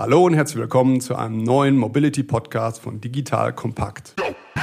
Hallo und herzlich willkommen zu einem neuen Mobility-Podcast von Digital Compact.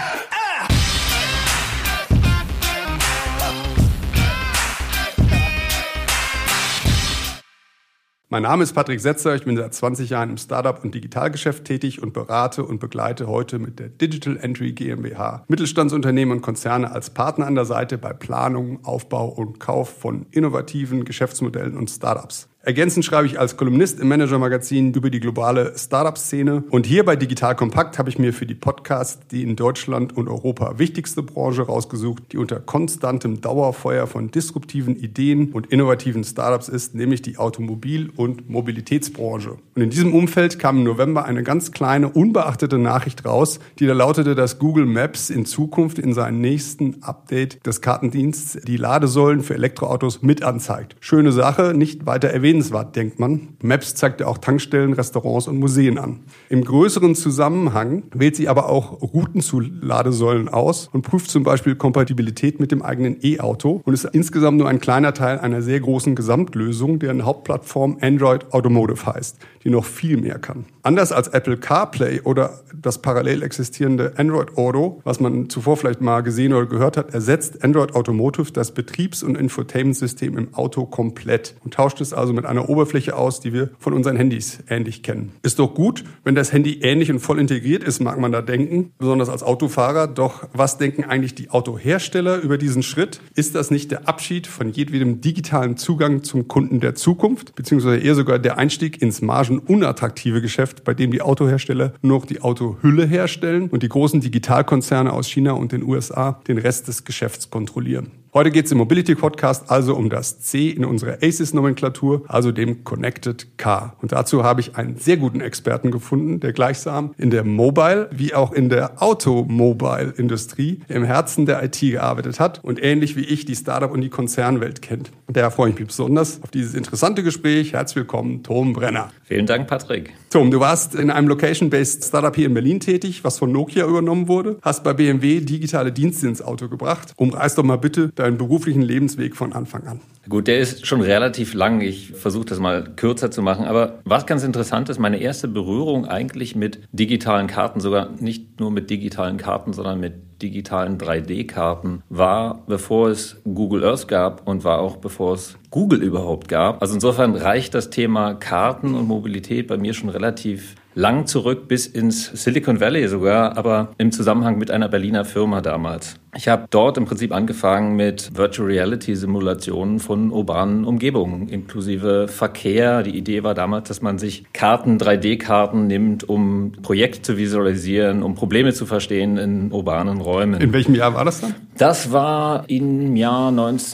Mein Name ist Patrick Setzer, ich bin seit 20 Jahren im Startup- und Digitalgeschäft tätig und berate und begleite heute mit der Digital Entry GmbH Mittelstandsunternehmen und Konzerne als Partner an der Seite bei Planung, Aufbau und Kauf von innovativen Geschäftsmodellen und Startups. Ergänzend schreibe ich als Kolumnist im Manager-Magazin über die globale Startup-Szene. Und hier bei Digital Compact habe ich mir für die Podcasts die in Deutschland und Europa wichtigste Branche rausgesucht, die unter konstantem Dauerfeuer von disruptiven Ideen und innovativen Startups ist, nämlich die Automobil- und Mobilitätsbranche. Und in diesem Umfeld kam im November eine ganz kleine, unbeachtete Nachricht raus, die da lautete, dass Google Maps in Zukunft in seinem nächsten Update des Kartendienstes die Ladesäulen für Elektroautos mit anzeigt. Schöne Sache, nicht weiter erwähnenswert, denkt man. Maps zeigt ja auch Tankstellen, Restaurants und Museen an. Im größeren Zusammenhang wählt sie aber auch Routen zu Ladesäulen aus und prüft zum Beispiel Kompatibilität mit dem eigenen E-Auto und ist insgesamt nur ein kleiner Teil einer sehr großen Gesamtlösung, deren Hauptplattform Android Automotive heißt, die noch viel mehr kann. Anders als Apple CarPlay oder das parallel existierende Android Auto, was man zuvor vielleicht mal gesehen oder gehört hat, ersetzt Android Automotive das Betriebs- und Infotainment-System im Auto komplett und tauscht es also mit einer Oberfläche aus, die wir von unseren Handys ähnlich kennen. Ist doch gut, wenn das Handy ähnlich und voll integriert ist, mag man da denken, besonders als Autofahrer. Doch was denken eigentlich die Autohersteller über diesen Schritt? Ist das nicht der Abschied von jedwedem digitalen Zugang zum Kunden der Zukunft, beziehungsweise eher sogar der Einstieg ins margenunattraktive Geschäft, bei dem die Autohersteller nur noch die Autohülle herstellen und die großen Digitalkonzerne aus China und den USA den Rest des Geschäfts kontrollieren? Heute geht es im Mobility Podcast also um das C in unserer ACES-Nomenklatur, also dem Connected Car. Und dazu habe ich einen sehr guten Experten gefunden, der gleichsam in der Mobile- wie auch in der Automobile-Industrie im Herzen der IT gearbeitet hat und ähnlich wie ich die Startup- und die Konzernwelt kennt. Und daher freue ich mich besonders auf dieses interessante Gespräch. Herzlich willkommen, Tom Brenner. Vielen Dank, Patrick. Tom, du warst in einem Location-Based Startup hier in Berlin tätig, was von Nokia übernommen wurde, hast bei BMW digitale Dienste ins Auto gebracht. Umreiß doch mal bitte deinen beruflichen Lebensweg von Anfang an. Gut, der ist schon relativ lang. Ich versuche das mal kürzer zu machen. Aber was ganz interessant ist, meine erste Berührung eigentlich mit digitalen Karten, sogar nicht nur mit digitalen Karten, sondern mit digitalen 3D-Karten, war, bevor es Google Earth gab und war auch bevor es Google überhaupt gab. Also insofern reicht das Thema Karten und Mobilität bei mir schon relativ lang zurück, bis ins Silicon Valley sogar, aber im Zusammenhang mit einer Berliner Firma damals. Ich habe dort im Prinzip angefangen mit Virtual Reality Simulationen von urbanen Umgebungen, inklusive Verkehr. Die Idee war damals, dass man sich Karten, 3D-Karten nimmt, um Projekte zu visualisieren, um Probleme zu verstehen in urbanen Räumen. In welchem Jahr war das dann? Das war im Jahr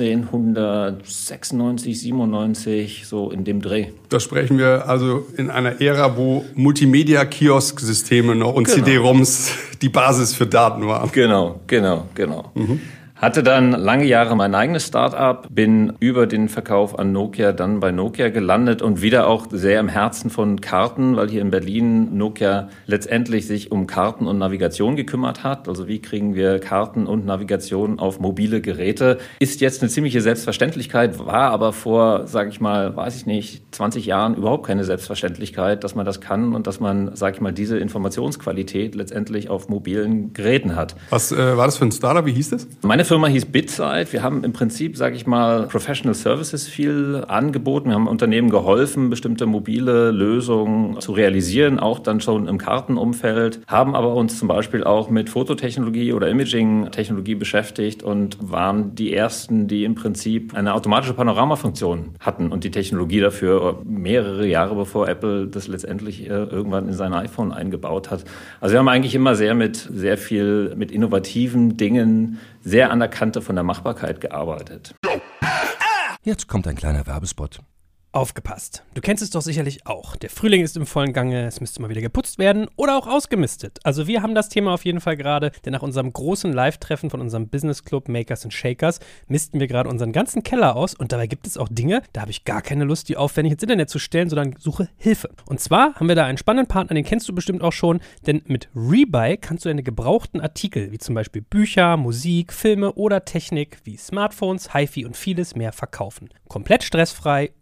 1996, 97, so in dem Dreh. Da sprechen wir also in einer Ära, wo Multimedia-Kiosk-Systeme noch und CD-ROMs die Basis für Daten waren. Genau. Hatte dann lange Jahre mein eigenes Start-up, bin über den Verkauf an Nokia dann bei Nokia gelandet und wieder auch sehr im Herzen von Karten, weil hier in Berlin Nokia letztendlich sich um Karten und Navigation gekümmert hat. Also wie kriegen wir Karten und Navigation auf mobile Geräte? Ist jetzt eine ziemliche Selbstverständlichkeit, war aber vor, 20 Jahren überhaupt keine Selbstverständlichkeit, dass man das kann und dass man, diese Informationsqualität letztendlich auf mobilen Geräten hat. Was war das für ein Startup? Wie hieß das? Meine Firma hieß BitSight. Wir haben im Prinzip, Professional Services viel angeboten. Wir haben Unternehmen geholfen, bestimmte mobile Lösungen zu realisieren, auch dann schon im Kartenumfeld, haben aber uns zum Beispiel auch mit Fototechnologie oder Imaging-Technologie beschäftigt und waren die ersten, die im Prinzip eine automatische Panoramafunktion hatten und die Technologie dafür mehrere Jahre bevor Apple das letztendlich irgendwann in sein iPhone eingebaut hat. Also wir haben eigentlich immer sehr viel mit innovativen Dingen, sehr an der Kante von der Machbarkeit gearbeitet. Jetzt kommt ein kleiner Werbespot. Aufgepasst. Du kennst es doch sicherlich auch. Der Frühling ist im vollen Gange, es müsste mal wieder geputzt werden oder auch ausgemistet. Also wir haben das Thema auf jeden Fall gerade, denn nach unserem großen Live-Treffen von unserem Business Club Makers and Shakers misten wir gerade unseren ganzen Keller aus und dabei gibt es auch Dinge, da habe ich gar keine Lust, die aufwendig ins Internet zu stellen, sondern suche Hilfe. Und zwar haben wir da einen spannenden Partner, den kennst du bestimmt auch schon, denn mit Rebuy kannst du deine gebrauchten Artikel, wie zum Beispiel Bücher, Musik, Filme oder Technik wie Smartphones, HiFi und vieles mehr verkaufen. Komplett stressfrei, ohne lästige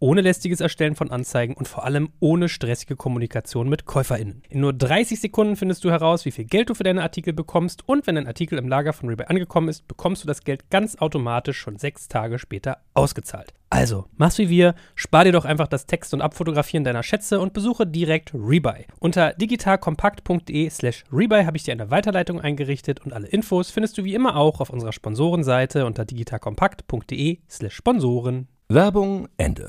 günstiges Erstellen von Anzeigen und vor allem ohne stressige Kommunikation mit KäuferInnen. In nur 30 Sekunden findest du heraus, wie viel Geld du für deine Artikel bekommst und wenn dein Artikel im Lager von Rebuy angekommen ist, bekommst du das Geld ganz automatisch schon 6 Tage später ausgezahlt. Also, mach's wie wir, spar dir doch einfach das Text- und Abfotografieren deiner Schätze und besuche direkt Rebuy. Unter digitalkompakt.de/Rebuy habe ich dir eine Weiterleitung eingerichtet und alle Infos findest du wie immer auch auf unserer Sponsorenseite unter digitalkompakt.de/Sponsoren. Werbung Ende.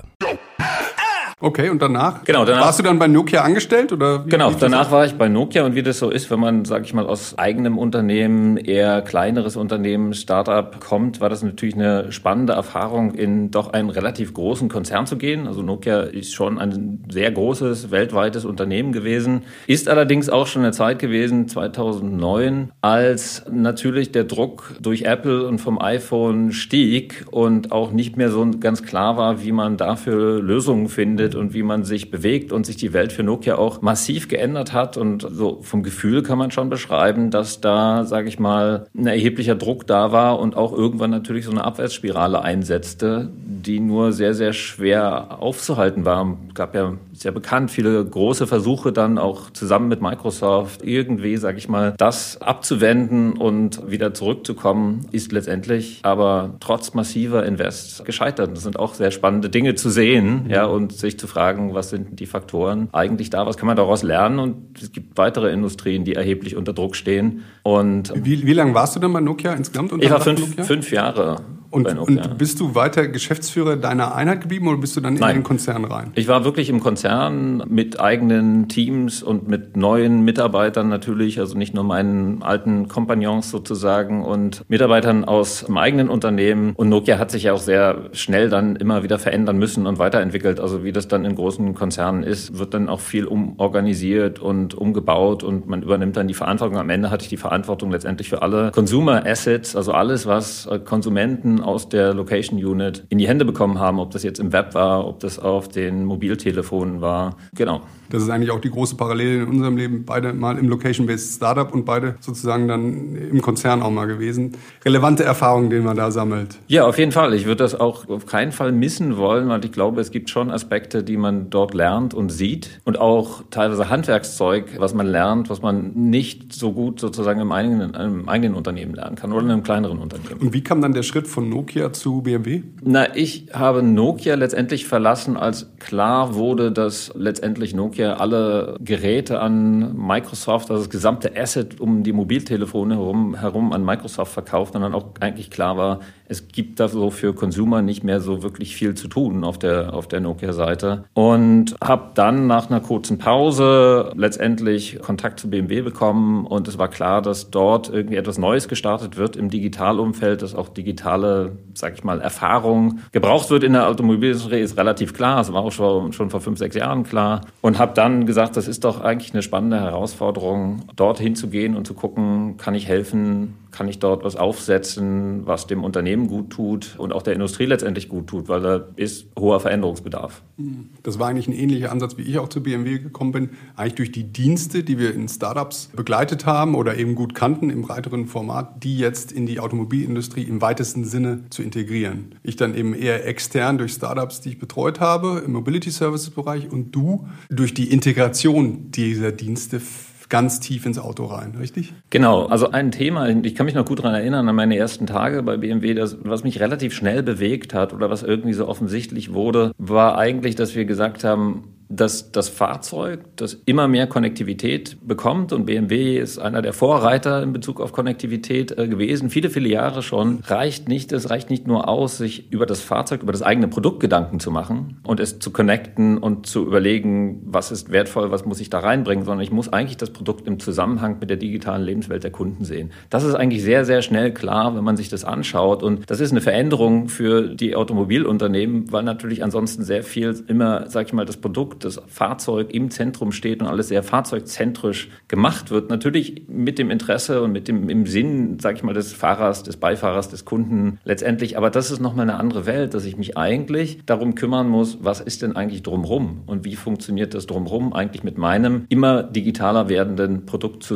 Okay, und danach? Genau, danach. Warst du dann bei Nokia angestellt? Oder Genau, danach war ich bei Nokia und wie das so ist, wenn man, sag ich mal, aus eigenem Unternehmen, eher kleineres Unternehmen, Startup kommt, war das natürlich eine spannende Erfahrung, in doch einen relativ großen Konzern zu gehen. Also Nokia ist schon ein sehr großes, weltweites Unternehmen gewesen, ist allerdings auch schon eine Zeit gewesen, 2009, als natürlich der Druck durch Apple und vom iPhone stieg und auch nicht mehr so ganz klar war, wie man dafür Lösungen findet und wie man sich bewegt und sich die Welt für Nokia auch massiv geändert hat. Und so vom Gefühl kann man schon beschreiben, dass da, sage ich mal, ein erheblicher Druck da war und auch irgendwann natürlich so eine Abwärtsspirale einsetzte, die nur sehr, sehr schwer aufzuhalten war. Es gab ja, sehr bekannt, viele große Versuche dann auch zusammen mit Microsoft irgendwie, sage ich mal, das abzuwenden und wieder zurückzukommen, ist letztendlich aber trotz massiver Invests gescheitert. Das sind auch sehr spannende Dinge zu sehen, ja, und sich zu fragen, was sind die Faktoren eigentlich da, was kann man daraus lernen? Und es gibt weitere Industrien, die erheblich unter Druck stehen. Und wie lange warst du denn bei Nokia insgesamt? Ich war fünf Jahre. Und bist du weiter Geschäftsführer deiner Einheit geblieben oder bist du dann in den Konzern rein? Ich war wirklich im Konzern mit eigenen Teams und mit neuen Mitarbeitern natürlich, also nicht nur meinen alten Kompagnons sozusagen und Mitarbeitern aus dem eigenen Unternehmen. Und Nokia hat sich ja auch sehr schnell dann immer wieder verändern müssen und weiterentwickelt. Also wie das dann in großen Konzernen ist, wird dann auch viel umorganisiert und umgebaut und man übernimmt dann die Verantwortung. Am Ende hatte ich die Verantwortung letztendlich für alle Consumer Assets, also alles, was Konsumenten aus der Location Unit in die Hände bekommen haben, ob das jetzt im Web war, ob das auf den Mobiltelefonen war. Genau. Das ist eigentlich auch die große Parallele in unserem Leben. Beide mal im Location-Based Startup und beide sozusagen dann im Konzern auch mal gewesen. Relevante Erfahrungen, die man da sammelt. Ja, auf jeden Fall. Ich würde das auch auf keinen Fall missen wollen, weil ich glaube, es gibt schon Aspekte, die man dort lernt und sieht und auch teilweise Handwerkszeug, was man lernt, was man nicht so gut sozusagen im eigenen Unternehmen lernen kann oder in einem kleineren Unternehmen. Und wie kam dann der Schritt von Nokia zu BMW? Ich habe Nokia letztendlich verlassen, als klar wurde, dass letztendlich Nokia alle Geräte an Microsoft, also das gesamte Asset um die Mobiltelefone herum an Microsoft verkauft und dann auch eigentlich klar war, es gibt da so für Consumer nicht mehr so wirklich viel zu tun auf der Nokia-Seite. Und habe dann nach einer kurzen Pause letztendlich Kontakt zu BMW bekommen und es war klar, dass dort irgendwie etwas Neues gestartet wird im Digitalumfeld, dass auch digitale, sag ich mal, Erfahrung gebraucht wird in der Automobilindustrie, ist relativ klar. Es war auch schon vor 5-6 Jahren klar. Und habe dann gesagt, das ist doch eigentlich eine spannende Herausforderung, dort hinzugehen und zu gucken, kann ich helfen, kann ich dort was aufsetzen, was dem Unternehmen gut tut und auch der Industrie letztendlich gut tut, weil da ist hoher Veränderungsbedarf. Das war eigentlich ein ähnlicher Ansatz, wie ich auch zu BMW gekommen bin. Eigentlich durch die Dienste, die wir in Startups begleitet haben oder eben gut kannten im breiteren Format, die jetzt in die Automobilindustrie im weitesten Sinne zu integrieren. Ich dann eben eher extern durch Startups, die ich betreut habe, im Mobility Services Bereich und du durch die Integration dieser Dienste ganz tief ins Auto rein, richtig? Genau, also ein Thema, ich kann mich noch gut daran erinnern, an meine ersten Tage bei BMW, was mich relativ schnell bewegt hat oder was irgendwie so offensichtlich wurde, war eigentlich, dass wir gesagt haben, dass das Fahrzeug, das immer mehr Konnektivität bekommt und BMW ist einer der Vorreiter in Bezug auf Konnektivität gewesen, viele, viele Jahre schon, es reicht nicht nur aus, sich über das Fahrzeug, über das eigene Produkt Gedanken zu machen und es zu connecten und zu überlegen, was ist wertvoll, was muss ich da reinbringen, sondern ich muss eigentlich das Produkt im Zusammenhang mit der digitalen Lebenswelt der Kunden sehen. Das ist eigentlich sehr, sehr schnell klar, wenn man sich das anschaut und das ist eine Veränderung für die Automobilunternehmen, weil natürlich ansonsten sehr viel immer, sag ich mal, das Produkt, das Fahrzeug im Zentrum steht und alles sehr fahrzeugzentrisch gemacht wird. Natürlich mit dem Interesse und im Sinn, sag ich mal, des Fahrers, des Beifahrers, des Kunden letztendlich. Aber das ist nochmal eine andere Welt, dass ich mich eigentlich darum kümmern muss, was ist denn eigentlich drumherum und wie funktioniert das drumherum eigentlich mit meinem immer digitaler werdenden Produkt zusammen.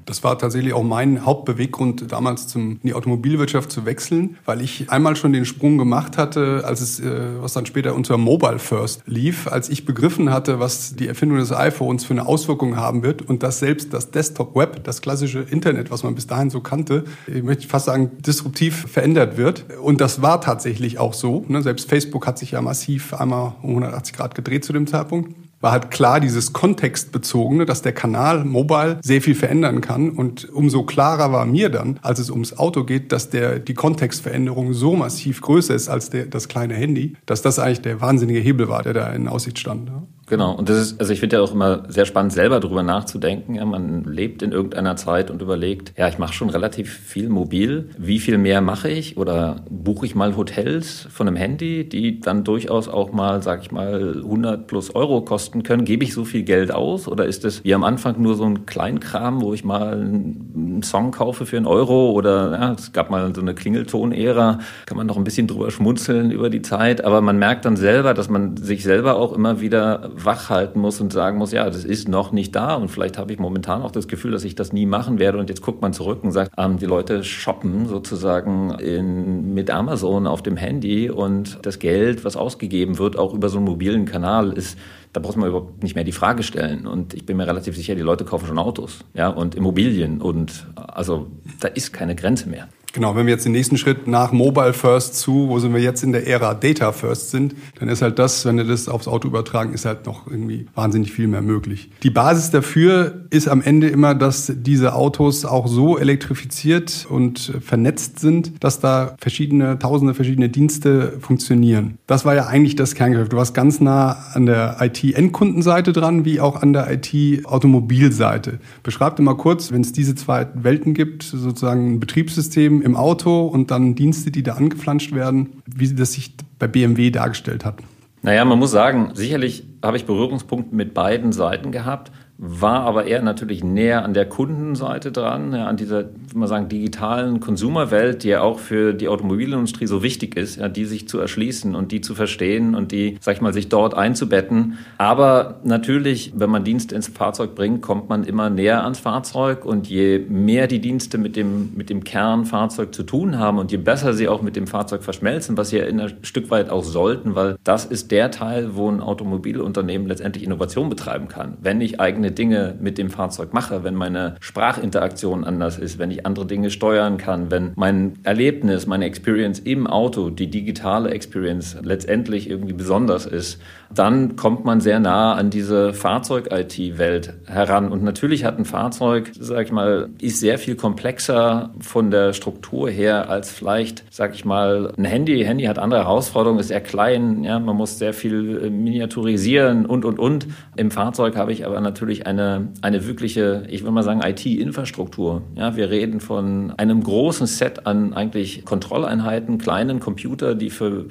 Das war tatsächlich auch mein Hauptbeweggrund, damals in die Automobilwirtschaft zu wechseln, weil ich einmal schon den Sprung gemacht hatte, als es, was dann später unter Mobile First lief, als ich begriffen hatte, was die Erfindung des iPhones für eine Auswirkung haben wird und dass selbst das Desktop-Web, das klassische Internet, was man bis dahin so kannte, ich möchte fast sagen, disruptiv verändert wird. Und das war tatsächlich auch so. Selbst Facebook hat sich ja massiv einmal um 180 Grad gedreht zu dem Zeitpunkt. War halt klar dieses Kontextbezogene, dass der Kanal Mobile sehr viel verändern kann. Und umso klarer war mir dann, als es ums Auto geht, dass die Kontextveränderung so massiv größer ist als das kleine Handy, dass das eigentlich der wahnsinnige Hebel war, der da in Aussicht stand. Genau, und das ist, also ich finde ja auch immer sehr spannend, selber drüber nachzudenken. Ja, man lebt in irgendeiner Zeit und überlegt, ja, ich mache schon relativ viel mobil. Wie viel mehr mache ich? Oder buche ich mal Hotels von einem Handy, die dann durchaus auch mal, sag ich mal, 100 plus Euro kosten können? Gebe ich so viel Geld aus? Oder ist es wie am Anfang nur so ein Kleinkram, wo ich mal einen Song kaufe für 1 Euro? Oder ja, es gab mal so eine Klingelton-Ära, kann man noch ein bisschen drüber schmunzeln über die Zeit. Aber man merkt dann selber, dass man sich selber auch immer wieder wach halten muss und sagen muss, ja, das ist noch nicht da und vielleicht habe ich momentan auch das Gefühl, dass ich das nie machen werde und jetzt guckt man zurück und sagt, die Leute shoppen sozusagen mit Amazon auf dem Handy und das Geld, was ausgegeben wird, auch über so einen mobilen Kanal ist, da braucht man überhaupt nicht mehr die Frage stellen und ich bin mir relativ sicher, die Leute kaufen schon Autos, ja, und Immobilien und also da ist keine Grenze mehr. Genau, wenn wir jetzt den nächsten Schritt nach Mobile First wo sind wir jetzt in der Ära Data First sind, dann ist halt das, wenn wir das aufs Auto übertragen, ist halt noch irgendwie wahnsinnig viel mehr möglich. Die Basis dafür ist am Ende immer, dass diese Autos auch so elektrifiziert und vernetzt sind, dass da tausende verschiedene Dienste funktionieren. Das war ja eigentlich das Kerngeschäft. Du warst ganz nah an der IT-Endkundenseite dran, wie auch an der IT-Automobilseite. Beschreib dir mal kurz, wenn es diese zwei Welten gibt, sozusagen ein Betriebssystem im Auto und dann Dienste, die da angeflanscht werden, wie das sich bei BMW dargestellt hat. Naja, man muss sagen, sicherlich habe ich Berührungspunkte mit beiden Seiten gehabt, war aber eher natürlich näher an der Kundenseite dran, ja, an dieser, würde man sagen, digitalen Consumer-Welt, die ja auch für die Automobilindustrie so wichtig ist, ja, die sich zu erschließen und die zu verstehen und die, sag ich mal, sich dort einzubetten. Aber natürlich, wenn man Dienste ins Fahrzeug bringt, kommt man immer näher ans Fahrzeug und je mehr die Dienste mit dem Kernfahrzeug zu tun haben und je besser sie auch mit dem Fahrzeug verschmelzen, was sie ja ein Stück weit auch sollten, weil das ist der Teil, wo ein Automobilunternehmen letztendlich Innovation betreiben kann. Wenn ich eigene Dinge mit dem Fahrzeug mache, wenn meine Sprachinteraktion anders ist, wenn ich andere Dinge steuern kann, wenn mein Erlebnis, meine Experience im Auto, die digitale Experience letztendlich irgendwie besonders ist, dann kommt man sehr nah an diese Fahrzeug-IT-Welt heran. Und natürlich hat ein Fahrzeug, sag ich mal, ist sehr viel komplexer von der Struktur her als vielleicht, sag ich mal, ein Handy. Handy hat andere Herausforderungen, ist sehr klein, ja, man muss sehr viel miniaturisieren und. Im Fahrzeug habe ich aber natürlich eine wirkliche, ich würde mal sagen, IT-Infrastruktur. Ja, wir reden von einem großen Set an eigentlich Kontrolleinheiten, kleinen Computern, die für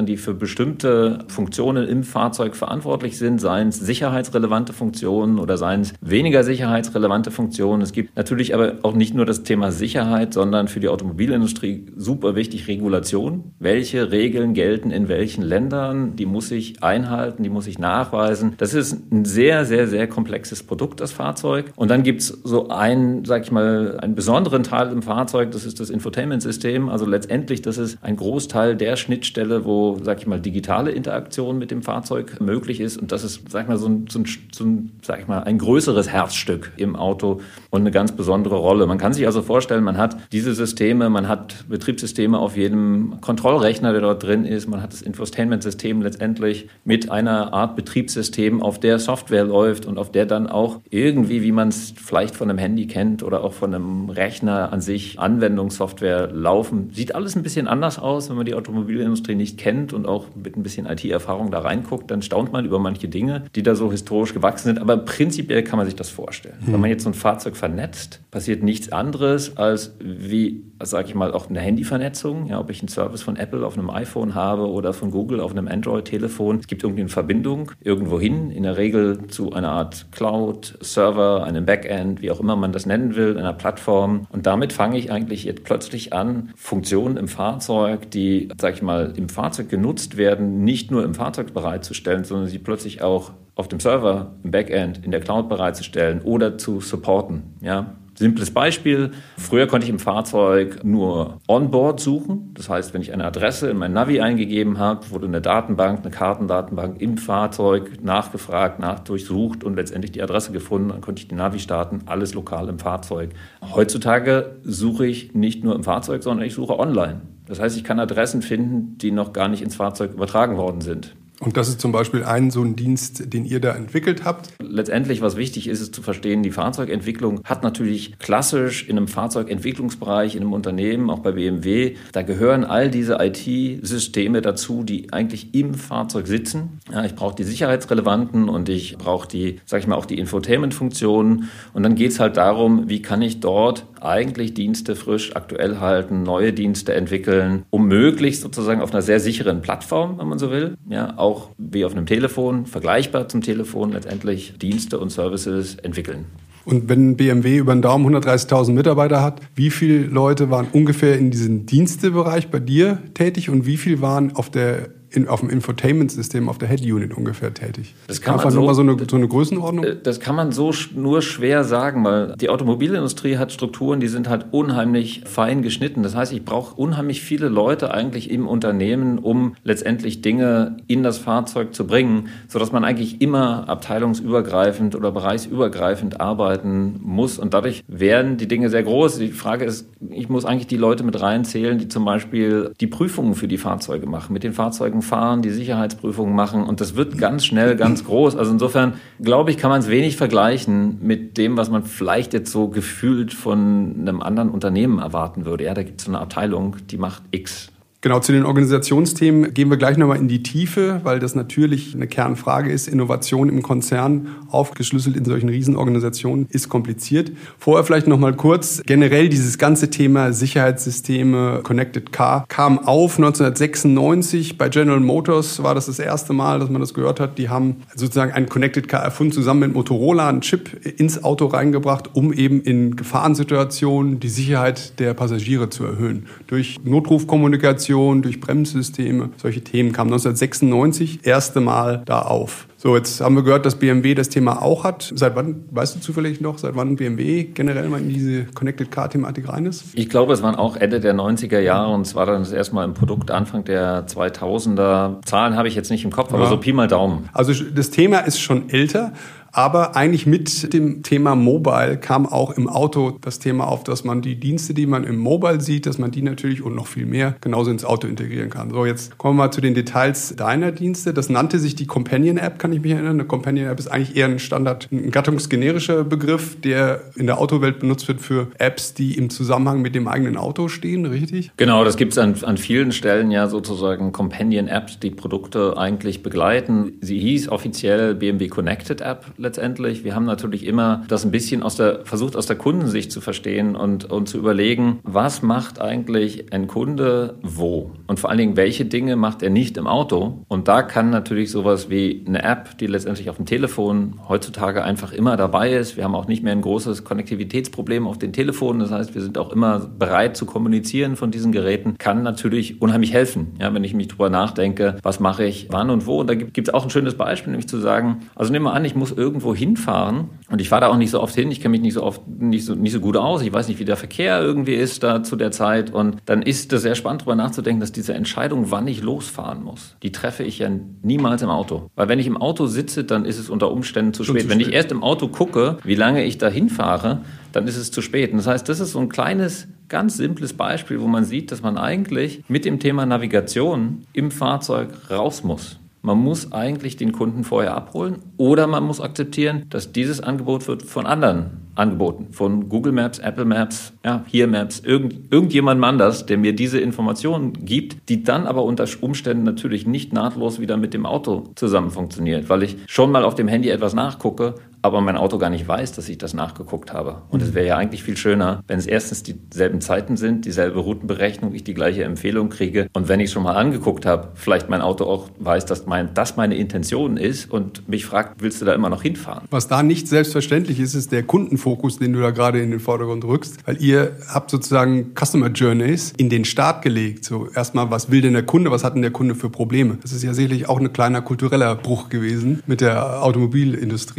bestimmte Funktionen im Fahrzeug verantwortlich sind, seien es sicherheitsrelevante Funktionen oder seien es weniger sicherheitsrelevante Funktionen. Es gibt natürlich aber auch nicht nur das Thema Sicherheit, sondern für die Automobilindustrie super wichtig Regulation. Welche Regeln gelten in welchen Ländern? Die muss ich einhalten, die muss ich nachweisen. Das ist ein sehr, sehr, sehr komplexes Produkt, das Fahrzeug. Und dann gibt es so einen besonderen Teil im Fahrzeug, das ist das Infotainment-System. Also letztendlich, das ist ein Großteil der Schnittstelle, wo, sag ich mal, digitale Interaktion mit dem Fahrzeug möglich ist. Und das ist, sag ich mal, ein größeres Herzstück im Auto und eine ganz besondere Rolle. Man kann sich also vorstellen, man hat diese Systeme, man hat Betriebssysteme auf jedem Kontrollrechner, der dort drin ist. Man hat das Infotainment-System letztendlich mit einer Art Betriebssystem, auf der Software läuft und auf der dann auch irgendwie, wie man es vielleicht von einem Handy kennt oder auch von einem Rechner an sich, Anwendungssoftware laufen. Sieht alles ein bisschen anders aus, wenn man die Automobilindustrie nicht kennt und auch mit ein bisschen IT-Erfahrung da reinguckt, dann staunt man über manche Dinge, die da so historisch gewachsen sind. Aber prinzipiell kann man sich das vorstellen. Wenn man jetzt so ein Fahrzeug vernetzt, passiert nichts anderes als wie, sage ich mal, auch eine Handyvernetzung. Ja, ob ich einen Service von Apple auf einem iPhone habe oder von Google auf einem Android-Telefon. Es gibt irgendwie eine Verbindung irgendwo hin, in der Regel zu einer Art Cloud, Server, einem Backend, wie auch immer man das nennen will, einer Plattform. Und damit fange ich eigentlich jetzt plötzlich an, Funktionen im Fahrzeug, die, sag ich mal, im Fahrzeug genutzt werden, nicht nur im Fahrzeug bereitzustellen, sondern sie plötzlich auch auf dem Server, im Backend, in der Cloud bereitzustellen oder zu supporten. Ja, Simples Beispiel. Früher konnte ich im Fahrzeug nur Onboard suchen. Das heißt, wenn ich eine Adresse in mein Navi eingegeben habe, wurde eine Datenbank, eine Kartendatenbank im Fahrzeug nachgefragt, durchsucht und letztendlich die Adresse gefunden. Dann konnte ich die Navi starten, alles lokal im Fahrzeug. Heutzutage suche ich nicht nur im Fahrzeug, sondern ich suche online. Das heißt, ich kann Adressen finden, die noch gar nicht ins Fahrzeug übertragen worden sind. Und das ist zum Beispiel so ein Dienst, den ihr da entwickelt habt? Letztendlich, was wichtig ist, ist zu verstehen, die Fahrzeugentwicklung hat natürlich klassisch in einem Fahrzeugentwicklungsbereich, in einem Unternehmen, auch bei BMW, da gehören all diese IT-Systeme dazu, die eigentlich im Fahrzeug sitzen. Ja, ich brauche die sicherheitsrelevanten und ich brauche die, sag ich mal, auch die Infotainment-Funktionen. Und dann geht es halt darum, wie kann ich dort eigentlich Dienste frisch aktuell halten, neue Dienste entwickeln, um möglichst sozusagen auf einer sehr sicheren Plattform, wenn man so will, ja, auch wie auf einem Telefon, vergleichbar zum Telefon, letztendlich Dienste und Services entwickeln. Und wenn BMW über den Daumen 130.000 Mitarbeiter hat, wie viele Leute waren ungefähr in diesem Dienstebereich bei dir tätig und wie viele waren auf dem Infotainment-System, auf der Head-Unit ungefähr tätig? Das kann einfach nur mal so eine Größenordnung? Das kann man so nur schwer sagen, weil die Automobilindustrie hat Strukturen, die sind halt unheimlich fein geschnitten. Das heißt, ich brauche unheimlich viele Leute eigentlich im Unternehmen, um letztendlich Dinge in das Fahrzeug zu bringen, sodass man eigentlich immer abteilungsübergreifend oder bereichsübergreifend arbeiten muss. Und dadurch werden die Dinge sehr groß. Die Frage ist, ich muss eigentlich die Leute mit reinzählen, die zum Beispiel die Prüfungen für die Fahrzeuge machen, mit den Fahrzeugen fahren, die Sicherheitsprüfungen machen und das wird ganz schnell ganz groß. Also insofern, glaube ich, kann man es wenig vergleichen mit dem, was man vielleicht jetzt so gefühlt von einem anderen Unternehmen erwarten würde. Ja, da gibt es so eine Abteilung, die macht X. Genau, zu den Organisationsthemen gehen wir gleich nochmal in die Tiefe, weil das natürlich eine Kernfrage ist. Innovation im Konzern, aufgeschlüsselt in solchen Riesenorganisationen, ist kompliziert. Vorher vielleicht nochmal kurz, generell dieses ganze Thema Sicherheitssysteme, Connected Car, kam auf 1996. Bei General Motors war das erste Mal, dass man das gehört hat. Die haben sozusagen ein Connected Car erfunden, zusammen mit Motorola, einen Chip ins Auto reingebracht, um eben in Gefahrensituationen die Sicherheit der Passagiere zu erhöhen. Durch Notrufkommunikation, durch Bremssysteme, solche Themen kamen 1996 erste Mal da auf. So, jetzt haben wir gehört, dass BMW das Thema auch hat. Seit wann, weißt du zufällig noch, seit wann BMW generell mal in diese Connected Car-Thematik rein ist? Ich glaube, es waren auch Ende der 90er Jahre und es war dann das erste Mal im Produkt Anfang der 2000er. Zahlen habe ich jetzt nicht im Kopf, aber so Pi mal Daumen. Also das Thema ist schon älter. Aber eigentlich mit dem Thema Mobile kam auch im Auto das Thema auf, dass man die Dienste, die man im Mobile sieht, dass man die natürlich und noch viel mehr genauso ins Auto integrieren kann. So, jetzt kommen wir mal zu den Details deiner Dienste. Das nannte sich die Companion-App, kann ich mich erinnern. Eine Companion-App ist eigentlich eher ein gattungsgenerischer Begriff, der in der Autowelt benutzt wird für Apps, die im Zusammenhang mit dem eigenen Auto stehen, richtig? Genau, das gibt es an vielen Stellen ja sozusagen Companion-Apps, die Produkte eigentlich begleiten. Sie hieß offiziell BMW Connected App letztendlich. Wir haben natürlich immer das ein bisschen versucht aus der Kundensicht zu verstehen und zu überlegen, was macht eigentlich ein Kunde wo? Und vor allen Dingen, welche Dinge macht er nicht im Auto? Und da kann natürlich sowas wie eine App, die letztendlich auf dem Telefon heutzutage einfach immer dabei ist. Wir haben auch nicht mehr ein großes Konnektivitätsproblem auf den Telefonen. Das heißt, wir sind auch immer bereit zu kommunizieren von diesen Geräten. Kann natürlich unheimlich helfen, ja, wenn ich mich drüber nachdenke, was mache ich wann und wo. Und da gibt es auch ein schönes Beispiel, nämlich zu sagen, also nehmen wir an, ich muss irgendwo hinfahren und ich fahre da auch nicht so oft hin, ich kenne mich nicht so gut aus, ich weiß nicht, wie der Verkehr irgendwie ist da zu der Zeit und dann ist es sehr spannend, darüber nachzudenken, dass diese Entscheidung, wann ich losfahren muss, die treffe ich ja niemals im Auto. Weil wenn ich im Auto sitze, dann ist es unter Umständen zu spät. Wenn ich erst im Auto gucke, wie lange ich da hinfahre, dann ist es zu spät. Und das heißt, das ist so ein kleines, ganz simples Beispiel, wo man sieht, dass man eigentlich mit dem Thema Navigation im Fahrzeug raus muss. Man muss eigentlich den Kunden vorher abholen oder man muss akzeptieren, dass dieses Angebot wird von anderen angeboten. Von Google Maps, Apple Maps, ja, Here Maps, irgendjemand anders, der mir diese Informationen gibt, die dann aber unter Umständen natürlich nicht nahtlos wieder mit dem Auto zusammen funktioniert, weil ich schon mal auf dem Handy etwas nachgucke, aber mein Auto gar nicht weiß, dass ich das nachgeguckt habe. Und es wäre ja eigentlich viel schöner, wenn es erstens dieselben Zeiten sind, dieselbe Routenberechnung, ich die gleiche Empfehlung kriege und wenn ich es schon mal angeguckt habe, vielleicht mein Auto auch weiß, dass das meine Intention ist und mich fragt, willst du da immer noch hinfahren? Was da nicht selbstverständlich ist, ist der Kundenfokus, den du da gerade in den Vordergrund rückst, weil ihr habt sozusagen Customer Journeys in den Start gelegt. So erstmal, was will denn der Kunde, was hat denn der Kunde für Probleme? Das ist ja sicherlich auch ein kleiner kultureller Bruch gewesen mit der Automobilindustrie.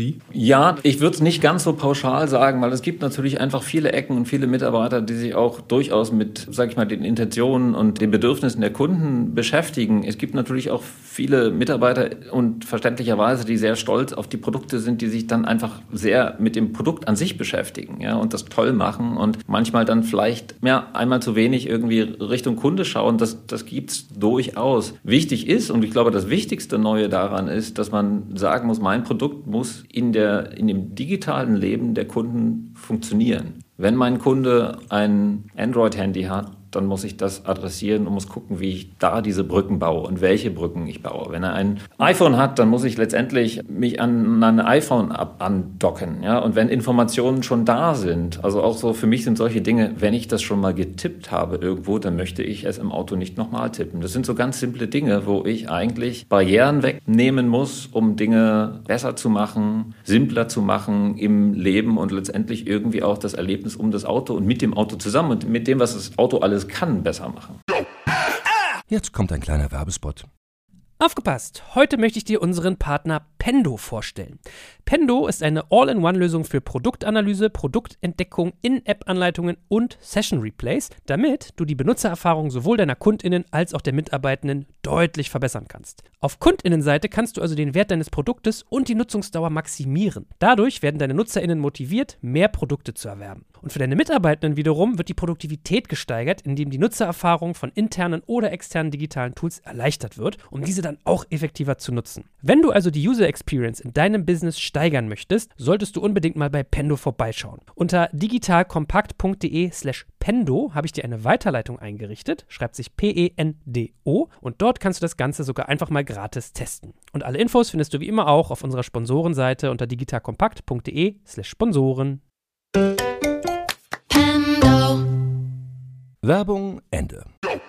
Ja, ich würde es nicht ganz so pauschal sagen, weil es gibt natürlich einfach viele Ecken und viele Mitarbeiter, die sich auch durchaus mit, sag ich mal, den Intentionen und den Bedürfnissen der Kunden beschäftigen. Es gibt natürlich auch viele Mitarbeiter und verständlicherweise, die sehr stolz auf die Produkte sind, die sich dann einfach sehr mit dem Produkt an sich beschäftigen, ja, und das toll machen und manchmal dann vielleicht einmal zu wenig irgendwie Richtung Kunde schauen. Das gibt's durchaus. Wichtig ist, und ich glaube, das wichtigste Neue daran ist, dass man sagen muss, mein Produkt muss in dem digitalen Leben der Kunden funktionieren. Wenn mein Kunde ein Android-Handy hat, dann muss ich das adressieren und muss gucken, wie ich da diese Brücken baue und welche Brücken ich baue. Wenn er ein iPhone hat, dann muss ich letztendlich mich an ein iPhone andocken. Ja? Und wenn Informationen schon da sind, also auch so für mich sind solche Dinge, wenn ich das schon mal getippt habe irgendwo, dann möchte ich es im Auto nicht nochmal tippen. Das sind so ganz simple Dinge, wo ich eigentlich Barrieren wegnehmen muss, um Dinge besser zu machen, simpler zu machen im Leben und letztendlich irgendwie auch das Erlebnis um das Auto und mit dem Auto zusammen und mit dem, was das Auto alles kann, besser machen. Jetzt kommt ein kleiner Werbespot. Aufgepasst! Heute möchte ich dir unseren Partner Pendo vorstellen. Pendo ist eine All-in-One-Lösung für Produktanalyse, Produktentdeckung, In-App-Anleitungen und Session-Replays, damit du die Benutzererfahrung sowohl deiner KundInnen als auch der Mitarbeitenden deutlich verbessern kannst. Auf KundInnenseite kannst du also den Wert deines Produktes und die Nutzungsdauer maximieren. Dadurch werden deine NutzerInnen motiviert, mehr Produkte zu erwerben. Und für deine Mitarbeitenden wiederum wird die Produktivität gesteigert, indem die Nutzererfahrung von internen oder externen digitalen Tools erleichtert wird, um diese dann auch effektiver zu nutzen. Wenn du also die User Experience in deinem Business steigern möchtest, solltest du unbedingt mal bei Pendo vorbeischauen. Unter digitalkompakt.de/Pendo habe ich dir eine Weiterleitung eingerichtet, schreibt sich Pendo, und dort kannst du das Ganze sogar einfach mal gratis testen. Und alle Infos findest du wie immer auch auf unserer Sponsorenseite unter digitalkompakt.de/Sponsoren. Werbung Ende.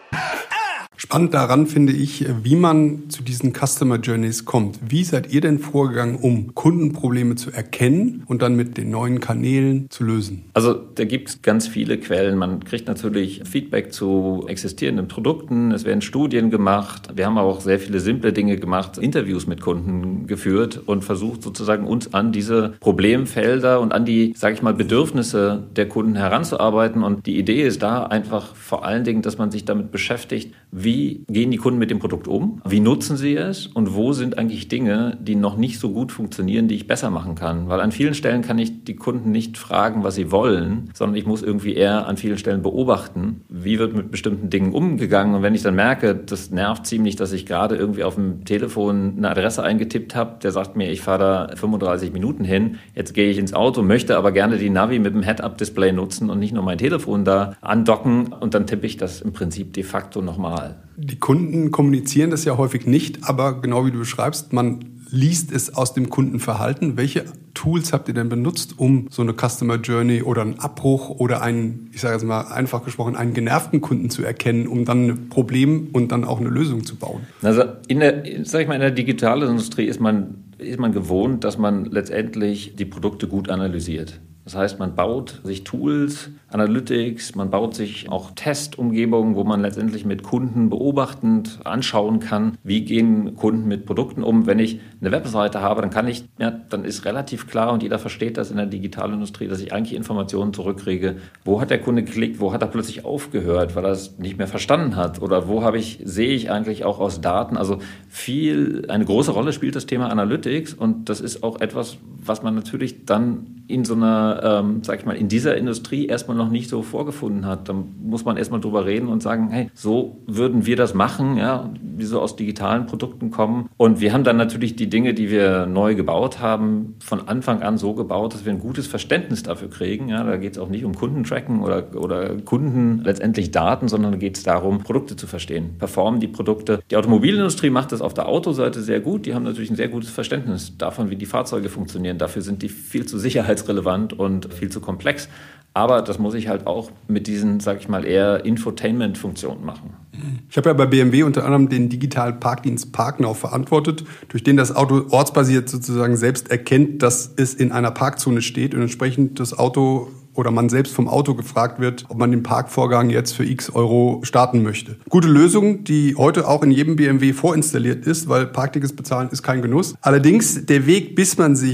Spannend daran finde ich, wie man zu diesen Customer Journeys kommt. Wie seid ihr denn vorgegangen, um Kundenprobleme zu erkennen und dann mit den neuen Kanälen zu lösen? Also da gibt es ganz viele Quellen. Man kriegt natürlich Feedback zu existierenden Produkten. Es werden Studien gemacht. Wir haben auch sehr viele simple Dinge gemacht, Interviews mit Kunden geführt und versucht sozusagen uns an diese Problemfelder und an die, sage ich mal, Bedürfnisse der Kunden heranzuarbeiten. Und die Idee ist da einfach vor allen Dingen, dass man sich damit beschäftigt, wie gehen die Kunden mit dem Produkt um? Wie nutzen sie es? Und wo sind eigentlich Dinge, die noch nicht so gut funktionieren, die ich besser machen kann? Weil an vielen Stellen kann ich die Kunden nicht fragen, was sie wollen, sondern ich muss irgendwie eher an vielen Stellen beobachten, wie wird mit bestimmten Dingen umgegangen. Und wenn ich dann merke, das nervt ziemlich, dass ich gerade irgendwie auf dem Telefon eine Adresse eingetippt habe, der sagt mir, ich fahre da 35 Minuten hin, jetzt gehe ich ins Auto, möchte aber gerne die Navi mit dem Head-Up-Display nutzen und nicht nur mein Telefon da andocken und dann tippe ich das im Prinzip de facto nochmal. Die Kunden kommunizieren das ja häufig nicht, aber genau wie du beschreibst, man liest es aus dem Kundenverhalten. Welche Tools habt ihr denn benutzt, um so eine Customer Journey oder einen Abbruch oder einen, ich sage jetzt mal einfach gesprochen, einen genervten Kunden zu erkennen, um dann ein Problem und dann auch eine Lösung zu bauen? Also in der digitalen Industrie ist man gewohnt, dass man letztendlich die Produkte gut analysiert. Das heißt, man baut sich Tools, Analytics, man baut sich auch Testumgebungen, wo man letztendlich mit Kunden beobachtend anschauen kann, wie gehen Kunden mit Produkten um. Wenn ich eine Webseite habe, dann ist relativ klar und jeder versteht das in der digitalen Industrie, dass ich eigentlich Informationen zurückkriege. Wo hat der Kunde geklickt? Wo hat er plötzlich aufgehört, weil er es nicht mehr verstanden hat? Oder sehe ich eigentlich auch aus Daten? Also eine große Rolle spielt das Thema Analytics und das ist auch etwas, was man natürlich dann in so einer, in dieser Industrie erstmal noch nicht so vorgefunden hat. Da muss man erstmal drüber reden und sagen, hey, so würden wir das machen, ja, wie so aus digitalen Produkten kommen. Und wir haben dann natürlich die Dinge, die wir neu gebaut haben, von Anfang an so gebaut, dass wir ein gutes Verständnis dafür kriegen. Ja, da geht es auch nicht um Kundentracken oder Kunden letztendlich Daten, sondern da geht es darum, Produkte zu verstehen. Performen die Produkte. Die Automobilindustrie macht das auf der Autoseite sehr gut. Die haben natürlich ein sehr gutes Verständnis davon, wie die Fahrzeuge funktionieren. Dafür sind die viel zu sicherheitsrelevant und viel zu komplex. Aber das muss ich halt auch mit diesen, eher Infotainment-Funktionen machen. Ich habe ja bei BMW unter anderem den digitalen Parkdienst Parknow verantwortet, durch den das Auto ortsbasiert sozusagen selbst erkennt, dass es in einer Parkzone steht und entsprechend das Auto oder man selbst vom Auto gefragt wird, ob man den Parkvorgang jetzt für x Euro starten möchte. Gute Lösung, die heute auch in jedem BMW vorinstalliert ist, weil Parktickets bezahlen ist kein Genuss. Allerdings der Weg, bis man sich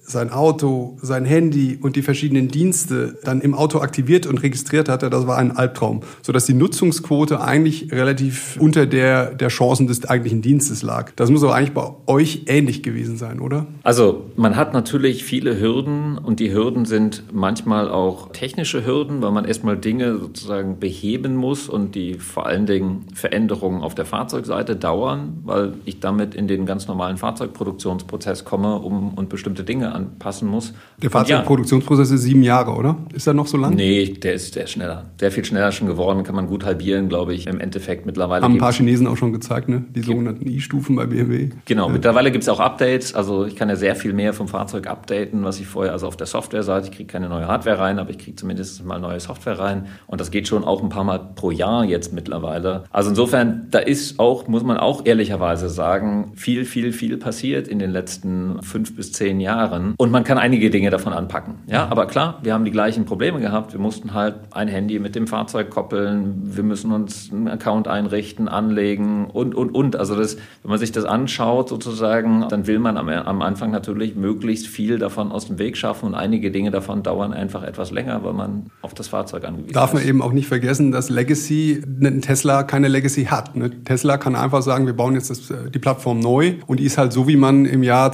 sein Auto, sein Handy und die verschiedenen Dienste dann im Auto aktiviert und registriert hatte, das war ein Albtraum. Sodass die Nutzungsquote eigentlich relativ unter der Chancen des eigentlichen Dienstes lag. Das muss aber eigentlich bei euch ähnlich gewesen sein, oder? Also man hat natürlich viele Hürden und die Hürden sind manchmal auch technische Hürden, weil man erstmal Dinge sozusagen beheben muss und die vor allen Dingen Veränderungen auf der Fahrzeugseite dauern, weil ich damit in den ganz normalen Fahrzeugproduktionsprozess komme und bestimmte Dinge anpassen muss. Der Fahrzeugproduktionsprozess ist 7 Jahre, oder? Ist er noch so lang? Nee, der ist schneller. Sehr viel schneller schon geworden, kann man gut halbieren, glaube ich, im Endeffekt mittlerweile. Haben ein paar Chinesen auch schon gezeigt, ne? Die sogenannten I-Stufen bei BMW. Genau, mittlerweile gibt es auch Updates, also ich kann ja sehr viel mehr vom Fahrzeug updaten, was ich vorher, also auf der Softwareseite, ich kriege keine neue Hardware rein, aber ich kriege zumindest mal neue Software rein und das geht schon auch ein paar Mal pro Jahr jetzt mittlerweile. Also insofern, da ist auch, muss man auch ehrlicherweise sagen, viel passiert in den letzten 5 bis 10 Jahren und man kann einige Dinge davon anpacken. Ja, aber klar, wir haben die gleichen Probleme gehabt, wir mussten halt ein Handy mit dem Fahrzeug koppeln, wir müssen uns einen Account einrichten, anlegen und. Also das, wenn man sich das anschaut sozusagen, dann will man am Anfang natürlich möglichst viel davon aus dem Weg schaffen und einige Dinge davon dauern einfach etwas länger, weil man auf das Fahrzeug angewiesen ist. Darf man eben auch nicht vergessen, dass Legacy, ein Tesla keine Legacy hat. Ne? Tesla kann einfach sagen, wir bauen jetzt die Plattform neu und die ist halt so, wie man im Jahr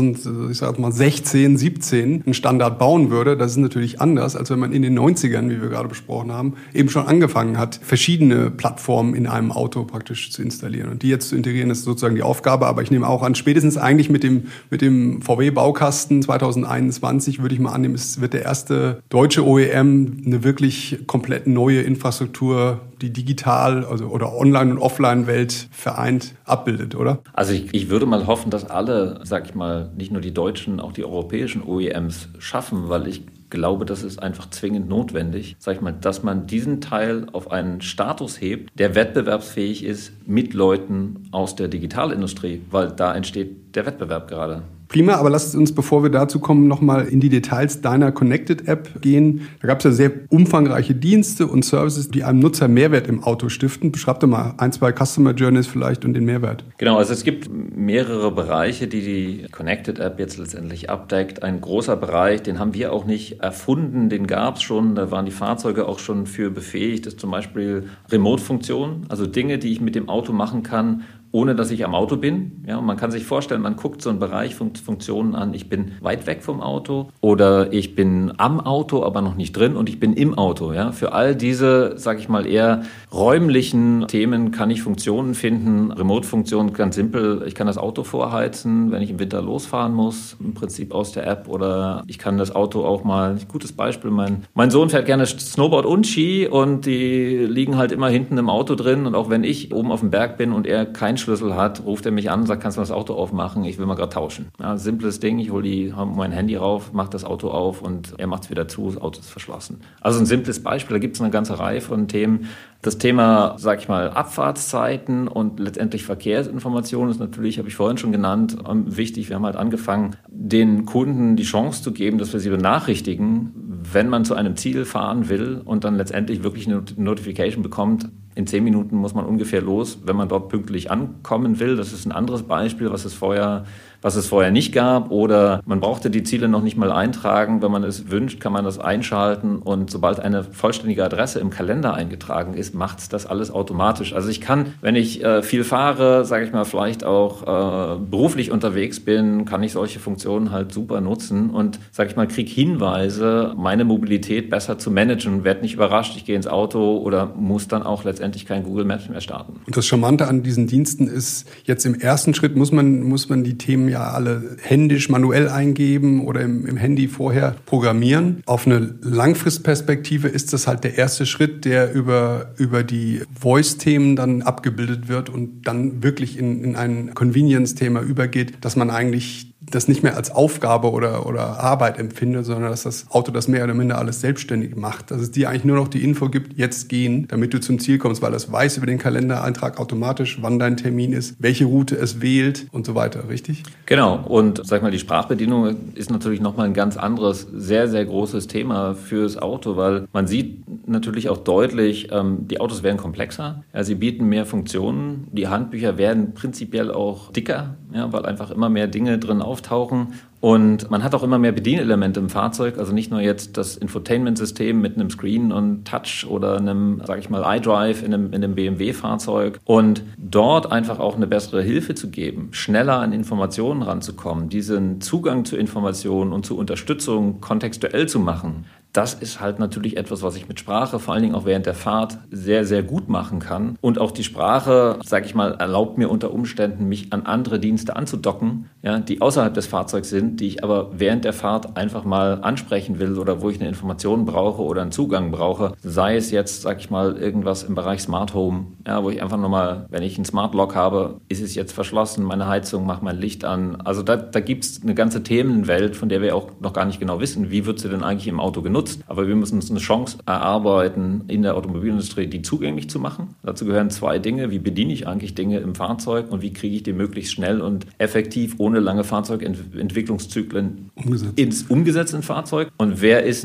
2016, 17 einen Standard bauen würde. Das ist natürlich anders, als wenn man in den 90ern, wie wir gerade besprochen haben, eben schon angefangen hat, verschiedene Plattformen in einem Auto praktisch zu installieren. Und die jetzt zu integrieren, ist sozusagen die Aufgabe. Aber ich nehme auch an, spätestens eigentlich mit dem VW-Baukasten 2021, würde ich mal annehmen, es wird der erste deutsche OEM eine wirklich komplett neue Infrastruktur, die digital oder Online- und Offline-Welt vereint, abbildet, oder? Also ich würde mal hoffen, dass alle, sag ich mal, nicht nur die deutschen, auch die europäischen OEMs schaffen, weil ich glaube, das ist einfach zwingend notwendig, sag ich mal, dass man diesen Teil auf einen Status hebt, der wettbewerbsfähig ist mit Leuten aus der Digitalindustrie, weil da entsteht der Wettbewerb gerade. Prima, aber lasst uns, bevor wir dazu kommen, nochmal in die Details deiner Connected-App gehen. Da gab es ja sehr umfangreiche Dienste und Services, die einem Nutzer Mehrwert im Auto stiften. Beschreib doch mal 1, 2 Customer Journeys vielleicht und den Mehrwert. Genau, also es gibt mehrere Bereiche, die Connected-App jetzt letztendlich abdeckt. Ein großer Bereich, den haben wir auch nicht erfunden, den gab es schon, da waren die Fahrzeuge auch schon für befähigt. Das ist zum Beispiel Remote-Funktionen, also Dinge, die ich mit dem Auto machen kann, ohne dass ich am Auto bin. Ja, und man kann sich vorstellen, man guckt so einen Bereich Funktionen an, ich bin weit weg vom Auto oder ich bin am Auto, aber noch nicht drin und ich bin im Auto. Ja. Für all diese, sage ich mal, eher räumlichen Themen kann ich Funktionen finden. Remote-Funktionen, ganz simpel, ich kann das Auto vorheizen, wenn ich im Winter losfahren muss, im Prinzip aus der App, oder ich kann das Auto auch mal, ein gutes Beispiel, mein Sohn fährt gerne Snowboard und Ski und die liegen halt immer hinten im Auto drin und auch wenn ich oben auf dem Berg bin und er keinen Schlüssel hat, ruft er mich an und sagt, kannst du das Auto aufmachen? Ich will mal gerade tauschen. Ja, simples Ding, ich hole mein Handy rauf, mache das Auto auf und er macht es wieder zu, das Auto ist verschlossen. Also ein simples Beispiel, da gibt es eine ganze Reihe von Themen. Das Thema, sag ich mal, Abfahrtszeiten und letztendlich Verkehrsinformationen ist natürlich, habe ich vorhin schon genannt, wichtig. Wir haben halt angefangen, den Kunden die Chance zu geben, dass wir sie benachrichtigen, wenn man zu einem Ziel fahren will und dann letztendlich wirklich eine Notification bekommt. In 10 Minuten muss man ungefähr los, wenn man dort pünktlich ankommen will. Das ist ein anderes Beispiel, was es vorher nicht gab. Oder man brauchte die Ziele noch nicht mal eintragen. Wenn man es wünscht, kann man das einschalten. Und sobald eine vollständige Adresse im Kalender eingetragen ist, macht es das alles automatisch. Also ich kann, wenn ich viel fahre, sage ich mal, vielleicht auch beruflich unterwegs bin, kann ich solche Funktionen halt super nutzen und, sage ich mal, kriege Hinweise, meine Mobilität besser zu managen. Werde nicht überrascht, ich gehe ins Auto oder muss dann auch letztendlich kein Google Maps mehr starten. Und das Charmante an diesen Diensten ist, jetzt im ersten Schritt muss man die Themen ja alle händisch, manuell eingeben oder im Handy vorher programmieren. Auf eine Langfristperspektive ist das halt der erste Schritt, der über die Voice-Themen dann abgebildet wird und dann wirklich in ein Convenience-Thema übergeht, dass man eigentlich das nicht mehr als Aufgabe oder Arbeit empfindet, sondern dass das Auto das mehr oder minder alles selbstständig macht. Dass es dir eigentlich nur noch die Info gibt, jetzt gehen, damit du zum Ziel kommst, weil es weiß über den Kalendereintrag automatisch, wann dein Termin ist, welche Route es wählt und so weiter, richtig? Genau. Und sag mal, die Sprachbedienung ist natürlich nochmal ein ganz anderes, sehr, sehr großes Thema fürs Auto, weil man sieht natürlich auch deutlich, die Autos werden komplexer, ja, sie bieten mehr Funktionen, die Handbücher werden prinzipiell auch dicker, ja, weil einfach immer mehr Dinge drin auftauchen. Und man hat auch immer mehr Bedienelemente im Fahrzeug, also nicht nur jetzt das Infotainment-System mit einem Screen und Touch oder einem, sage ich mal, iDrive in einem BMW-Fahrzeug. Und dort einfach auch eine bessere Hilfe zu geben, schneller an Informationen ranzukommen, diesen Zugang zu Informationen und zu Unterstützung kontextuell zu machen. Das ist halt natürlich etwas, was ich mit Sprache, vor allen Dingen auch während der Fahrt, sehr, sehr gut machen kann. Und auch die Sprache, sage ich mal, erlaubt mir unter Umständen, mich an andere Dienste anzudocken, ja, die außerhalb des Fahrzeugs sind, die ich aber während der Fahrt einfach mal ansprechen will oder wo ich eine Information brauche oder einen Zugang brauche. Sei es jetzt, sage ich mal, irgendwas im Bereich Smart Home, ja, wo ich einfach nochmal, wenn ich einen Smart Lock habe, ist es jetzt verschlossen, meine Heizung, macht mein Licht an. Also da gibt es eine ganze Themenwelt, von der wir auch noch gar nicht genau wissen, wie wird sie denn eigentlich im Auto genutzt. Aber wir müssen uns eine Chance erarbeiten, in der Automobilindustrie die zugänglich zu machen. Dazu gehören 2 Dinge. Wie bediene ich eigentlich Dinge im Fahrzeug und wie kriege ich die möglichst schnell und effektiv, ohne lange Fahrzeugentwicklungszyklen umgesetzt in Fahrzeug? Und wer ist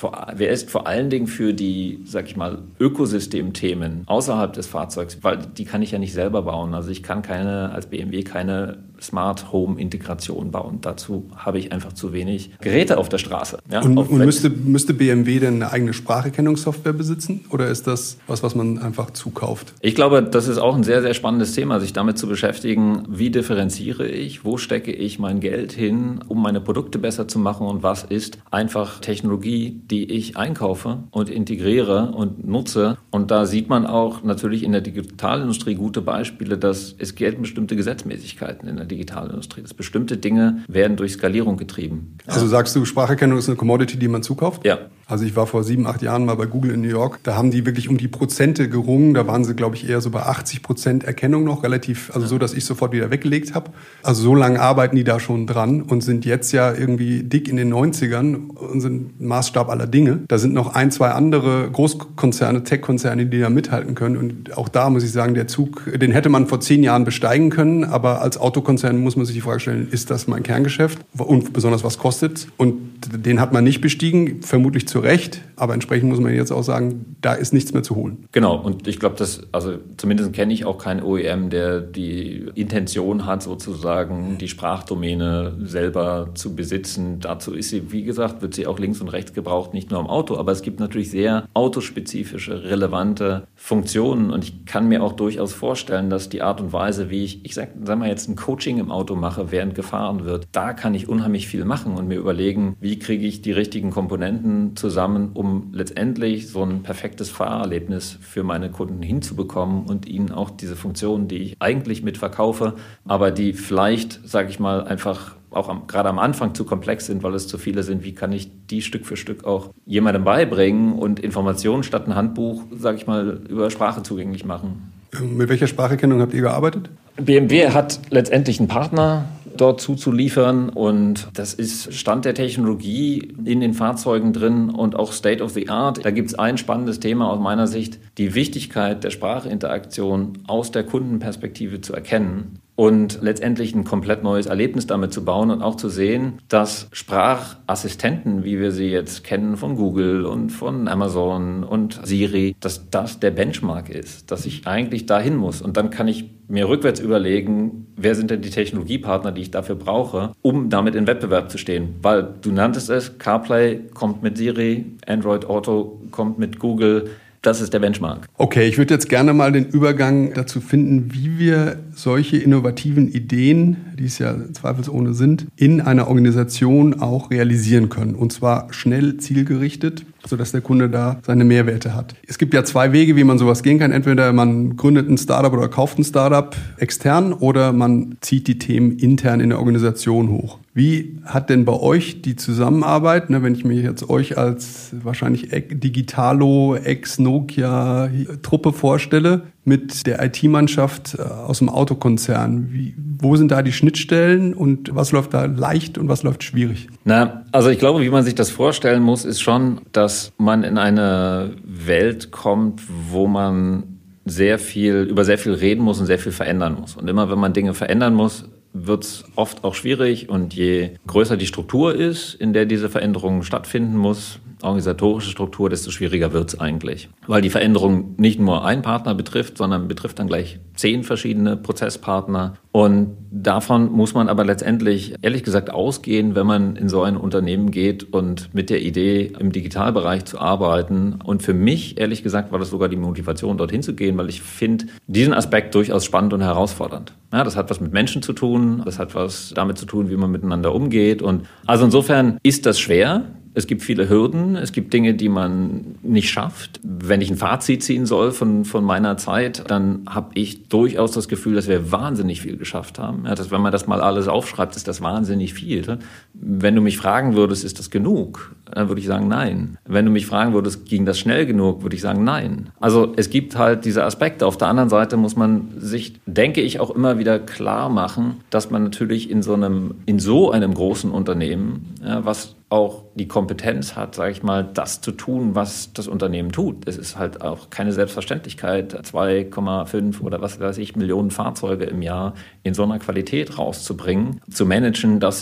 vor allen Dingen für die, sag ich mal, Ökosystemthemen außerhalb des Fahrzeugs, weil die kann ich ja nicht selber bauen. Also ich kann als BMW keine Smart Home Integration bauen. Dazu habe ich einfach zu wenig Geräte auf der Straße. Ja, und müsste BMW denn eine eigene Spracherkennungssoftware besitzen? Oder ist das was man einfach zukauft? Ich glaube, das ist auch ein sehr, sehr spannendes Thema, sich damit zu beschäftigen, wie differenziere ich, wo stecke ich mein Geld hin, um meine Produkte besser zu machen und was ist einfach Technologie, die ich einkaufe und integriere und nutze. Und da sieht man auch natürlich in der Digitalindustrie gute Beispiele, dass es gelten bestimmte Gesetzmäßigkeiten in der Digitalindustrie, dass bestimmte Dinge werden durch Skalierung getrieben. Also sagst du, Spracherkennung ist eine Commodity, die man zukauft? Ja. Also ich war vor 7-8 Jahren mal bei Google in New York. Da haben die wirklich um die Prozente gerungen. Da waren sie, glaube ich, eher so bei 80% Erkennung noch, relativ, also so, dass ich sofort wieder weggelegt habe. Also so lange arbeiten die da schon dran und sind jetzt ja irgendwie dick in den 90ern und sind Maßstab aller Dinge. Da sind noch 1, 2 andere Großkonzerne, Tech-Konzerne, die da mithalten können. Und auch da muss ich sagen, der Zug, den hätte man vor 10 Jahren besteigen können. Aber als Autokonzern muss man sich die Frage stellen, ist das mein Kerngeschäft? Und besonders, was kostet? Und den hat man nicht bestiegen, vermutlich zu Recht. Aber entsprechend muss man jetzt auch sagen, da ist nichts mehr zu holen. Genau. Und ich glaube, also zumindest kenne ich auch keinen OEM, der die Intention hat, sozusagen die Sprachdomäne selber zu besitzen. Dazu ist sie, wie gesagt, wird sie auch links und rechts gebraucht, nicht nur im Auto. Aber es gibt natürlich sehr autospezifische, relevante Funktionen. Und ich kann mir auch durchaus vorstellen, dass die Art und Weise, wie ich sag mal jetzt ein Coaching im Auto mache, während gefahren wird, da kann ich unheimlich viel machen und mir überlegen, wie kriege ich die richtigen Komponenten zusammen, um letztendlich so ein perfektes Fahrerlebnis für meine Kunden hinzubekommen und ihnen auch diese Funktionen, die ich eigentlich mitverkaufe, aber die vielleicht, sage ich mal, einfach auch gerade am Anfang zu komplex sind, weil es zu viele sind, wie kann ich die Stück für Stück auch jemandem beibringen und Informationen statt ein Handbuch, sage ich mal, über Sprache zugänglich machen. Mit welcher Spracherkennung habt ihr gearbeitet? BMW hat letztendlich einen Partner dort zuzuliefern und das ist Stand der Technologie in den Fahrzeugen drin und auch State of the Art. Da gibt es ein spannendes Thema aus meiner Sicht, die Wichtigkeit der Sprachinteraktion aus der Kundenperspektive zu erkennen und letztendlich ein komplett neues Erlebnis damit zu bauen und auch zu sehen, dass Sprachassistenten, wie wir sie jetzt kennen von Google und von Amazon und Siri, dass das der Benchmark ist, dass ich eigentlich dahin muss. Und dann kann ich mir rückwärts überlegen, wer sind denn die Technologiepartner, die ich dafür brauche, um damit in Wettbewerb zu stehen. Weil du nanntest es, CarPlay kommt mit Siri, Android Auto kommt mit Google. Das ist der Benchmark. Okay, ich würde jetzt gerne mal den Übergang dazu finden, wie wir solche innovativen Ideen, die es ja zweifelsohne sind, in einer Organisation auch realisieren können. Und zwar schnell, zielgerichtet, sodass der Kunde da seine Mehrwerte hat. Es gibt ja 2 Wege, wie man sowas gehen kann. Entweder man gründet ein Startup oder kauft ein Startup extern oder man zieht die Themen intern in der Organisation hoch. Wie hat denn bei euch die Zusammenarbeit, wenn ich mir jetzt euch als wahrscheinlich Digitalo, Ex-Nokia-Truppe vorstelle, mit der IT-Mannschaft aus dem Autokonzern? Wo sind da die Schnittstellen und was läuft da leicht und was läuft schwierig? Also ich glaube, wie man sich das vorstellen muss, ist schon, dass man in eine Welt kommt, wo man über sehr viel reden muss und sehr viel verändern muss. Und immer wenn man Dinge verändern muss, wird es oft auch schwierig und je größer die Struktur ist, in der diese Veränderung stattfinden muss, organisatorische Struktur, desto schwieriger wird es eigentlich. Weil die Veränderung nicht nur einen Partner betrifft, sondern betrifft dann gleich 10 verschiedene Prozesspartner. Und davon muss man aber letztendlich, ehrlich gesagt, ausgehen, wenn man in so ein Unternehmen geht und mit der Idee, im Digitalbereich zu arbeiten. Und für mich, ehrlich gesagt, war das sogar die Motivation, dorthin zu gehen, weil ich finde diesen Aspekt durchaus spannend und herausfordernd. Ja, das hat was mit Menschen zu tun, das hat was damit zu tun, wie man miteinander umgeht. Und also insofern ist das schwer. Es gibt viele Hürden, es gibt Dinge, die man nicht schafft. Wenn ich ein Fazit ziehen soll von meiner Zeit, dann habe ich durchaus das Gefühl, dass wir wahnsinnig viel geschafft haben. Ja, wenn man das mal alles aufschreibt, ist das wahnsinnig viel. Wenn du mich fragen würdest, ist das genug? Dann würde ich sagen, nein. Wenn du mich fragen würdest, ging das schnell genug, würde ich sagen, nein. Also es gibt halt diese Aspekte. Auf der anderen Seite muss man sich, denke ich, auch immer wieder klar machen, dass man natürlich in so einem großen Unternehmen, ja, was auch die Kompetenz hat, sage ich mal, das zu tun, was das Unternehmen tut. Es ist halt auch keine Selbstverständlichkeit, 2,5 oder was weiß ich, Millionen Fahrzeuge im Jahr in so einer Qualität rauszubringen, zu managen, dass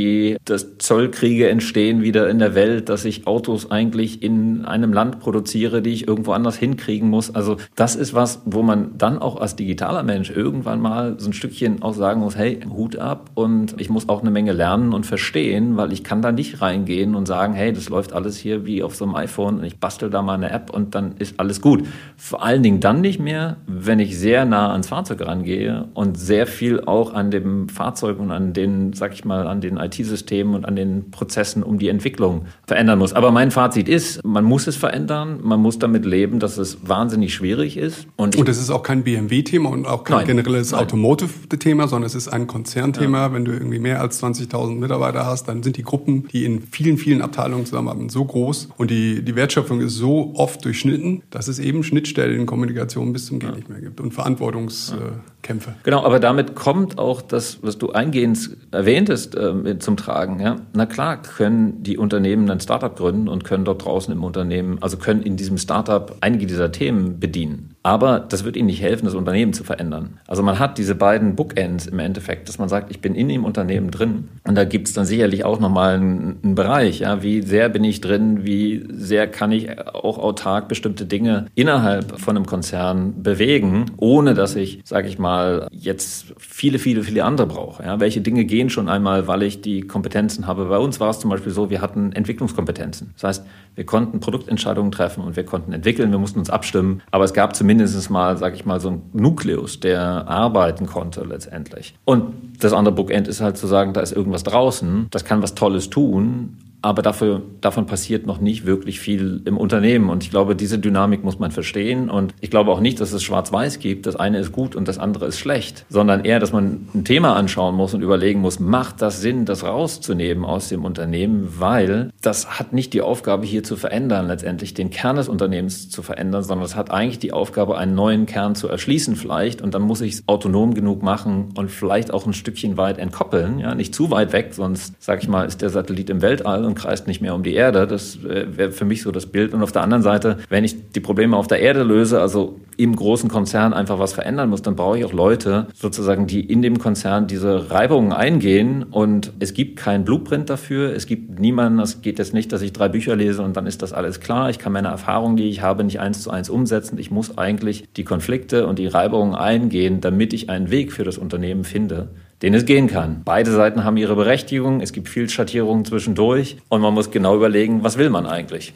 dass Zollkriege entstehen wieder in der Welt, dass ich Autos eigentlich in einem Land produziere, die ich irgendwo anders hinkriegen muss. Also das ist was, wo man dann auch als digitaler Mensch irgendwann mal so ein Stückchen auch sagen muss, hey, Hut ab, und ich muss auch eine Menge lernen und verstehen, weil ich kann da nicht reingehen und sagen, hey, das läuft alles hier wie auf so einem iPhone und ich bastel da mal eine App und dann ist alles gut. Vor allen Dingen dann nicht mehr, wenn ich sehr nah ans Fahrzeug rangehe und sehr viel auch an dem Fahrzeug und an den, sag ich mal, an den IT-Systemen und an den Prozessen um die Entwicklung verändern muss. Aber mein Fazit ist, man muss es verändern, man muss damit leben, dass es wahnsinnig schwierig ist. Und das ist auch kein BMW-Thema und auch kein generelles Automotive-Thema, sondern es ist ein Konzernthema. Ja. Wenn du irgendwie mehr als 20.000 Mitarbeiter hast, dann sind die Gruppen, die in vielen, vielen Abteilungen zusammenarbeiten, so groß und die Wertschöpfung ist so oft durchschnitten, dass es eben Schnittstellen in Kommunikation bis zum Geht nicht mehr gibt und Verantwortungskämpfe. Genau, aber damit kommt auch das, was du eingehend erwähntest, zum Tragen. Ja? Na klar, können die Unternehmen ein Startup gründen und können dort draußen im Unternehmen, also können in diesem Startup einige dieser Themen bedienen. Aber das wird ihnen nicht helfen, das Unternehmen zu verändern. Also man hat diese beiden Bookends im Endeffekt, dass man sagt, ich bin in dem Unternehmen drin. Und da gibt es dann sicherlich auch nochmal einen Bereich, ja, wie sehr bin ich drin, wie sehr kann ich auch autark bestimmte Dinge innerhalb von einem Konzern bewegen, ohne dass ich, sage ich mal, jetzt viele, viele, viele andere brauche. Ja. Welche Dinge gehen schon einmal, weil ich die Kompetenzen habe. Bei uns war es zum Beispiel so, wir hatten Entwicklungskompetenzen. Das heißt, wir konnten Produktentscheidungen treffen und wir konnten entwickeln, wir mussten uns abstimmen. Aber es gab zumindest mal, sage ich mal, so einen Nukleus, der arbeiten konnte letztendlich. Und das andere Bookend ist halt zu sagen, da ist irgendwas draußen, das kann was Tolles tun, aber davon passiert noch nicht wirklich viel im Unternehmen. Und ich glaube, diese Dynamik muss man verstehen. Und ich glaube auch nicht, dass es Schwarz-Weiß gibt, das eine ist gut und das andere ist schlecht, sondern eher, dass man ein Thema anschauen muss und überlegen muss, macht das Sinn, das rauszunehmen aus dem Unternehmen, weil das hat nicht die Aufgabe, hier zu verändern, letztendlich den Kern des Unternehmens zu verändern, sondern es hat eigentlich die Aufgabe, einen neuen Kern zu erschließen vielleicht. Und dann muss ich es autonom genug machen und vielleicht auch ein Stückchen weit entkoppeln, ja, nicht zu weit weg, sonst, sag ich mal, ist der Satellit im Weltall und kreist nicht mehr um die Erde. Das wäre für mich so das Bild. Und auf der anderen Seite, wenn ich die Probleme auf der Erde löse, also im großen Konzern einfach was verändern muss, dann brauche ich auch Leute sozusagen, die in dem Konzern diese Reibungen eingehen. Und es gibt keinen Blueprint dafür. Es gibt niemanden, es geht jetzt nicht, dass ich 3 Bücher lese und dann ist das alles klar. Ich kann meine Erfahrungen, die ich habe, nicht 1:1 umsetzen. Ich muss eigentlich die Konflikte und die Reibungen eingehen, damit ich einen Weg für das Unternehmen finde, den es gehen kann. Beide Seiten haben ihre Berechtigung, es gibt viel Schattierungen zwischendurch und man muss genau überlegen, was will man eigentlich.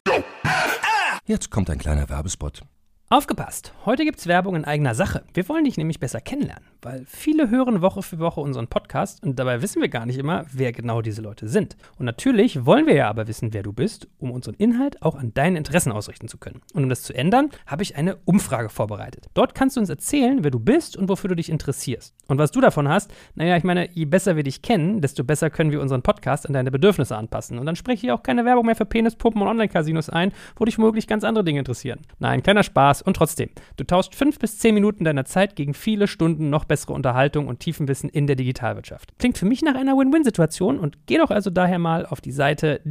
Jetzt kommt ein kleiner Werbespot. Aufgepasst! Heute gibt's Werbung in eigener Sache. Wir wollen dich nämlich besser kennenlernen, weil viele hören Woche für Woche unseren Podcast und dabei wissen wir gar nicht immer, wer genau diese Leute sind. Und natürlich wollen wir ja aber wissen, wer du bist, um unseren Inhalt auch an deinen Interessen ausrichten zu können. Und um das zu ändern, habe ich eine Umfrage vorbereitet. Dort kannst du uns erzählen, wer du bist und wofür du dich interessierst. Und was du davon hast, naja, ich meine, je besser wir dich kennen, desto besser können wir unseren Podcast an deine Bedürfnisse anpassen. Und dann spreche ich auch keine Werbung mehr für Penispuppen und Online-Casinos ein, wo dich womöglich ganz andere Dinge interessieren. Nein, kleiner Spaß. Und trotzdem, du tauschst 5 bis 10 Minuten deiner Zeit gegen viele Stunden noch bessere Unterhaltung und Tiefenwissen in der Digitalwirtschaft. Klingt für mich nach einer Win-Win-Situation und geh doch also daher mal auf die Seite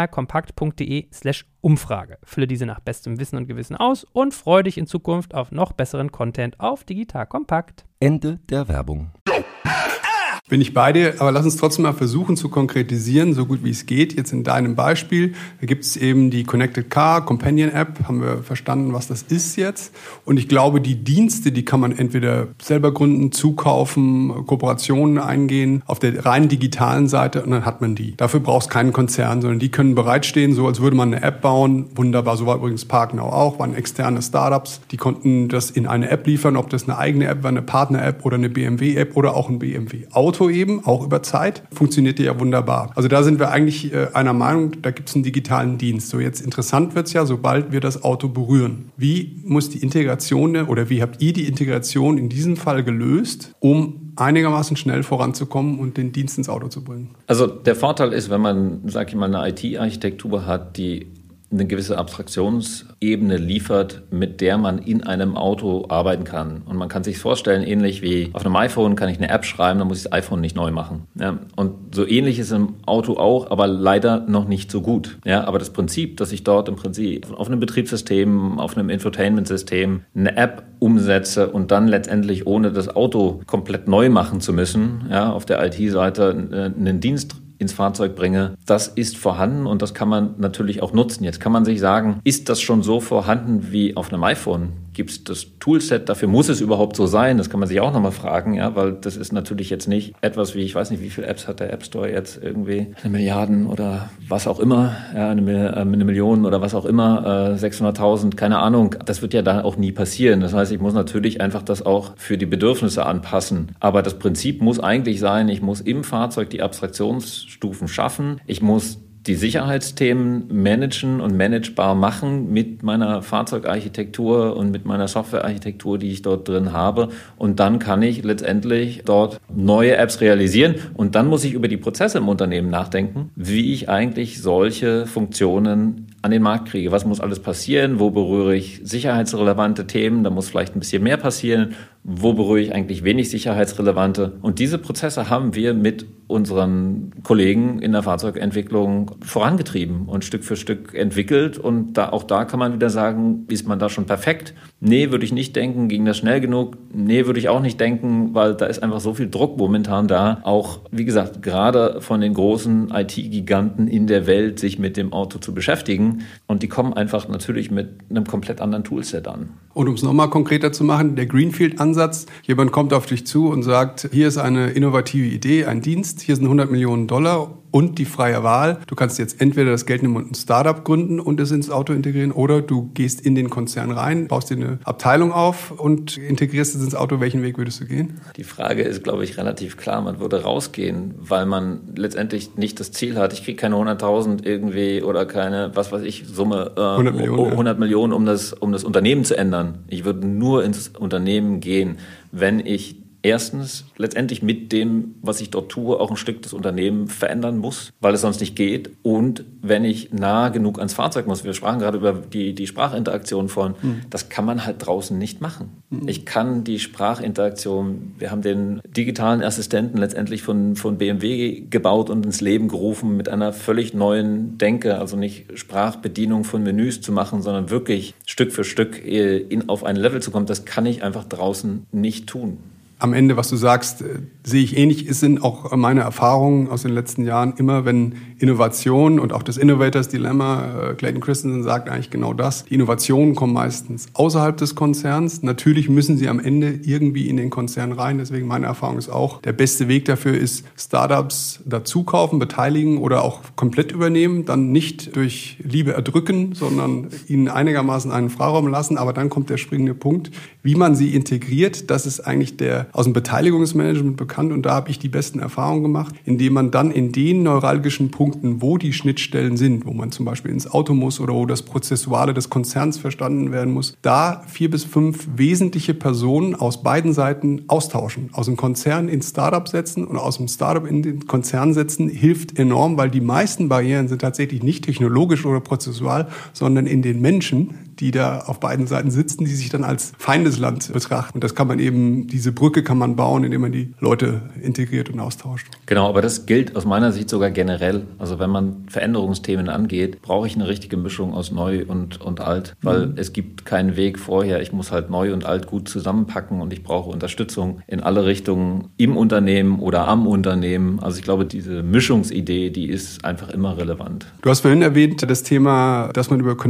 digitalkompakt.de/Umfrage. Fülle diese nach bestem Wissen und Gewissen aus und freue dich in Zukunft auf noch besseren Content auf Digital Kompakt. Ende der Werbung. Bin ich bei dir, aber lass uns trotzdem mal versuchen zu konkretisieren, so gut wie es geht. Jetzt in deinem Beispiel, da gibt es eben die Connected Car Companion App, haben wir verstanden, was das ist jetzt. Und ich glaube, die Dienste, die kann man entweder selber gründen, zukaufen, Kooperationen eingehen, auf der rein digitalen Seite und dann hat man die. Dafür brauchst keinen Konzern, sondern die können bereitstehen, so als würde man eine App bauen. Wunderbar, so war übrigens Parknow auch, waren externe Startups, die konnten das in eine App liefern, ob das eine eigene App war, eine Partner-App oder eine BMW-App oder auch ein BMW-Auto eben, auch über Zeit, funktionierte ja wunderbar. Also da sind wir eigentlich einer Meinung, da gibt es einen digitalen Dienst. So jetzt interessant wird es ja, sobald wir das Auto berühren. Wie muss die Integration oder wie habt ihr die Integration in diesem Fall gelöst, um einigermaßen schnell voranzukommen und den Dienst ins Auto zu bringen? Also der Vorteil ist, wenn man, sag ich mal, eine IT-Architektur hat, die eine gewisse Abstraktionsebene liefert, mit der man in einem Auto arbeiten kann. Und man kann sich vorstellen, ähnlich wie auf einem iPhone kann ich eine App schreiben, dann muss ich das iPhone nicht neu machen. Ja, und so ähnlich ist im Auto auch, aber leider noch nicht so gut. Ja, aber das Prinzip, dass ich dort im Prinzip auf einem Betriebssystem, auf einem Infotainment-System eine App umsetze und dann letztendlich ohne das Auto komplett neu machen zu müssen, ja, auf der IT-Seite einen Dienst ins Fahrzeug bringe, das ist vorhanden und das kann man natürlich auch nutzen. Jetzt kann man sich sagen, ist das schon so vorhanden wie auf einem iPhone? Gibt es das Toolset dafür? Muss es überhaupt so sein? Das kann man sich auch nochmal fragen, ja, weil das ist natürlich jetzt nicht etwas wie, ich weiß nicht, wie viele Apps hat der App Store jetzt irgendwie? 1 Milliarde oder was auch immer, ja, eine Million oder was auch immer, 600.000, keine Ahnung. Das wird ja da auch nie passieren. Das heißt, ich muss natürlich einfach das auch für die Bedürfnisse anpassen. Aber das Prinzip muss eigentlich sein, ich muss im Fahrzeug die Abstraktionsstufen schaffen. Ich muss die Sicherheitsthemen managen und managebar machen mit meiner Fahrzeugarchitektur und mit meiner Softwarearchitektur, die ich dort drin habe. Und dann kann ich letztendlich dort neue Apps realisieren. Und dann muss ich über die Prozesse im Unternehmen nachdenken, wie ich eigentlich solche Funktionen an den Markt kriege. Was muss alles passieren? Wo berühre ich sicherheitsrelevante Themen? Da muss vielleicht ein bisschen mehr passieren. Wo berühre ich eigentlich wenig sicherheitsrelevante? Und diese Prozesse haben wir mit unseren Kollegen in der Fahrzeugentwicklung vorangetrieben und Stück für Stück entwickelt. Und auch da kann man wieder sagen, ist man da schon perfekt? Nee, würde ich nicht denken. Ging das schnell genug? Nee, würde ich auch nicht denken, weil da ist einfach so viel Druck momentan da. Auch, wie gesagt, gerade von den großen IT-Giganten in der Welt, sich mit dem Auto zu beschäftigen. Und die kommen einfach natürlich mit einem komplett anderen Toolset an. Und um es nochmal konkreter zu machen, der Greenfield-Ansatz, jemand kommt auf dich zu und sagt, hier ist eine innovative Idee, ein Dienst, hier sind 100 Millionen $. Und die freie Wahl. Du kannst jetzt entweder das Geld nehmen und ein Startup gründen und es ins Auto integrieren oder du gehst in den Konzern rein, baust dir eine Abteilung auf und integrierst es ins Auto. Welchen Weg würdest du gehen? Die Frage ist, glaube ich, relativ klar. Man würde rausgehen, weil man letztendlich nicht das Ziel hat, ich kriege keine 100.000 irgendwie oder keine, was weiß ich, Summe 100 Millionen, um das Unternehmen zu ändern. Ich würde nur ins Unternehmen gehen, wenn ich erstens letztendlich mit dem, was ich dort tue, auch ein Stück des Unternehmens verändern muss, weil es sonst nicht geht. Und wenn ich nah genug ans Fahrzeug muss, wir sprachen gerade über die Sprachinteraktion von, das kann man halt draußen nicht machen. Ich kann die Sprachinteraktion, wir haben den digitalen Assistenten letztendlich von BMW gebaut und ins Leben gerufen mit einer völlig neuen Denke, also nicht Sprachbedienung von Menüs zu machen, sondern wirklich Stück für Stück auf ein Level zu kommen. Das kann ich einfach draußen nicht tun. Am Ende, was du sagst, sehe ich ähnlich. Es sind auch meine Erfahrungen aus den letzten Jahren immer, wenn Innovation und auch das Innovators Dilemma, Clayton Christensen sagt eigentlich genau das. Die Innovationen kommen meistens außerhalb des Konzerns. Natürlich müssen sie am Ende irgendwie in den Konzern rein. Deswegen meine Erfahrung ist auch, der beste Weg dafür ist, Startups dazu kaufen, beteiligen oder auch komplett übernehmen. Dann nicht durch Liebe erdrücken, sondern ihnen einigermaßen einen Freiraum lassen. Aber dann kommt der springende Punkt, wie man sie integriert. Das ist eigentlich aus dem Beteiligungsmanagement bekannt und da habe ich die besten Erfahrungen gemacht, indem man dann in den neuralgischen Punkten, wo die Schnittstellen sind, wo man zum Beispiel ins Auto muss oder wo das Prozessuale des Konzerns verstanden werden muss, da 4 bis 5 wesentliche Personen aus beiden Seiten austauschen. Aus dem Konzern ins Startup setzen und aus dem Startup in den Konzern setzen, hilft enorm, weil die meisten Barrieren sind tatsächlich nicht technologisch oder prozessual, sondern in den Menschen, die da auf beiden Seiten sitzen, die sich dann als Feindesland betrachten. Und das kann man eben, diese Brücke kann man bauen, indem man die Leute integriert und austauscht. Genau, aber das gilt aus meiner Sicht sogar generell Also wenn man Veränderungsthemen angeht, brauche ich eine richtige Mischung aus neu und alt, weil es gibt keinen Weg vorher. Ich muss halt neu und alt gut zusammenpacken und ich brauche Unterstützung in alle Richtungen im Unternehmen oder am Unternehmen. Also ich glaube, diese Mischungsidee, die ist einfach immer relevant. Du hast vorhin erwähnt, das Thema, dass man über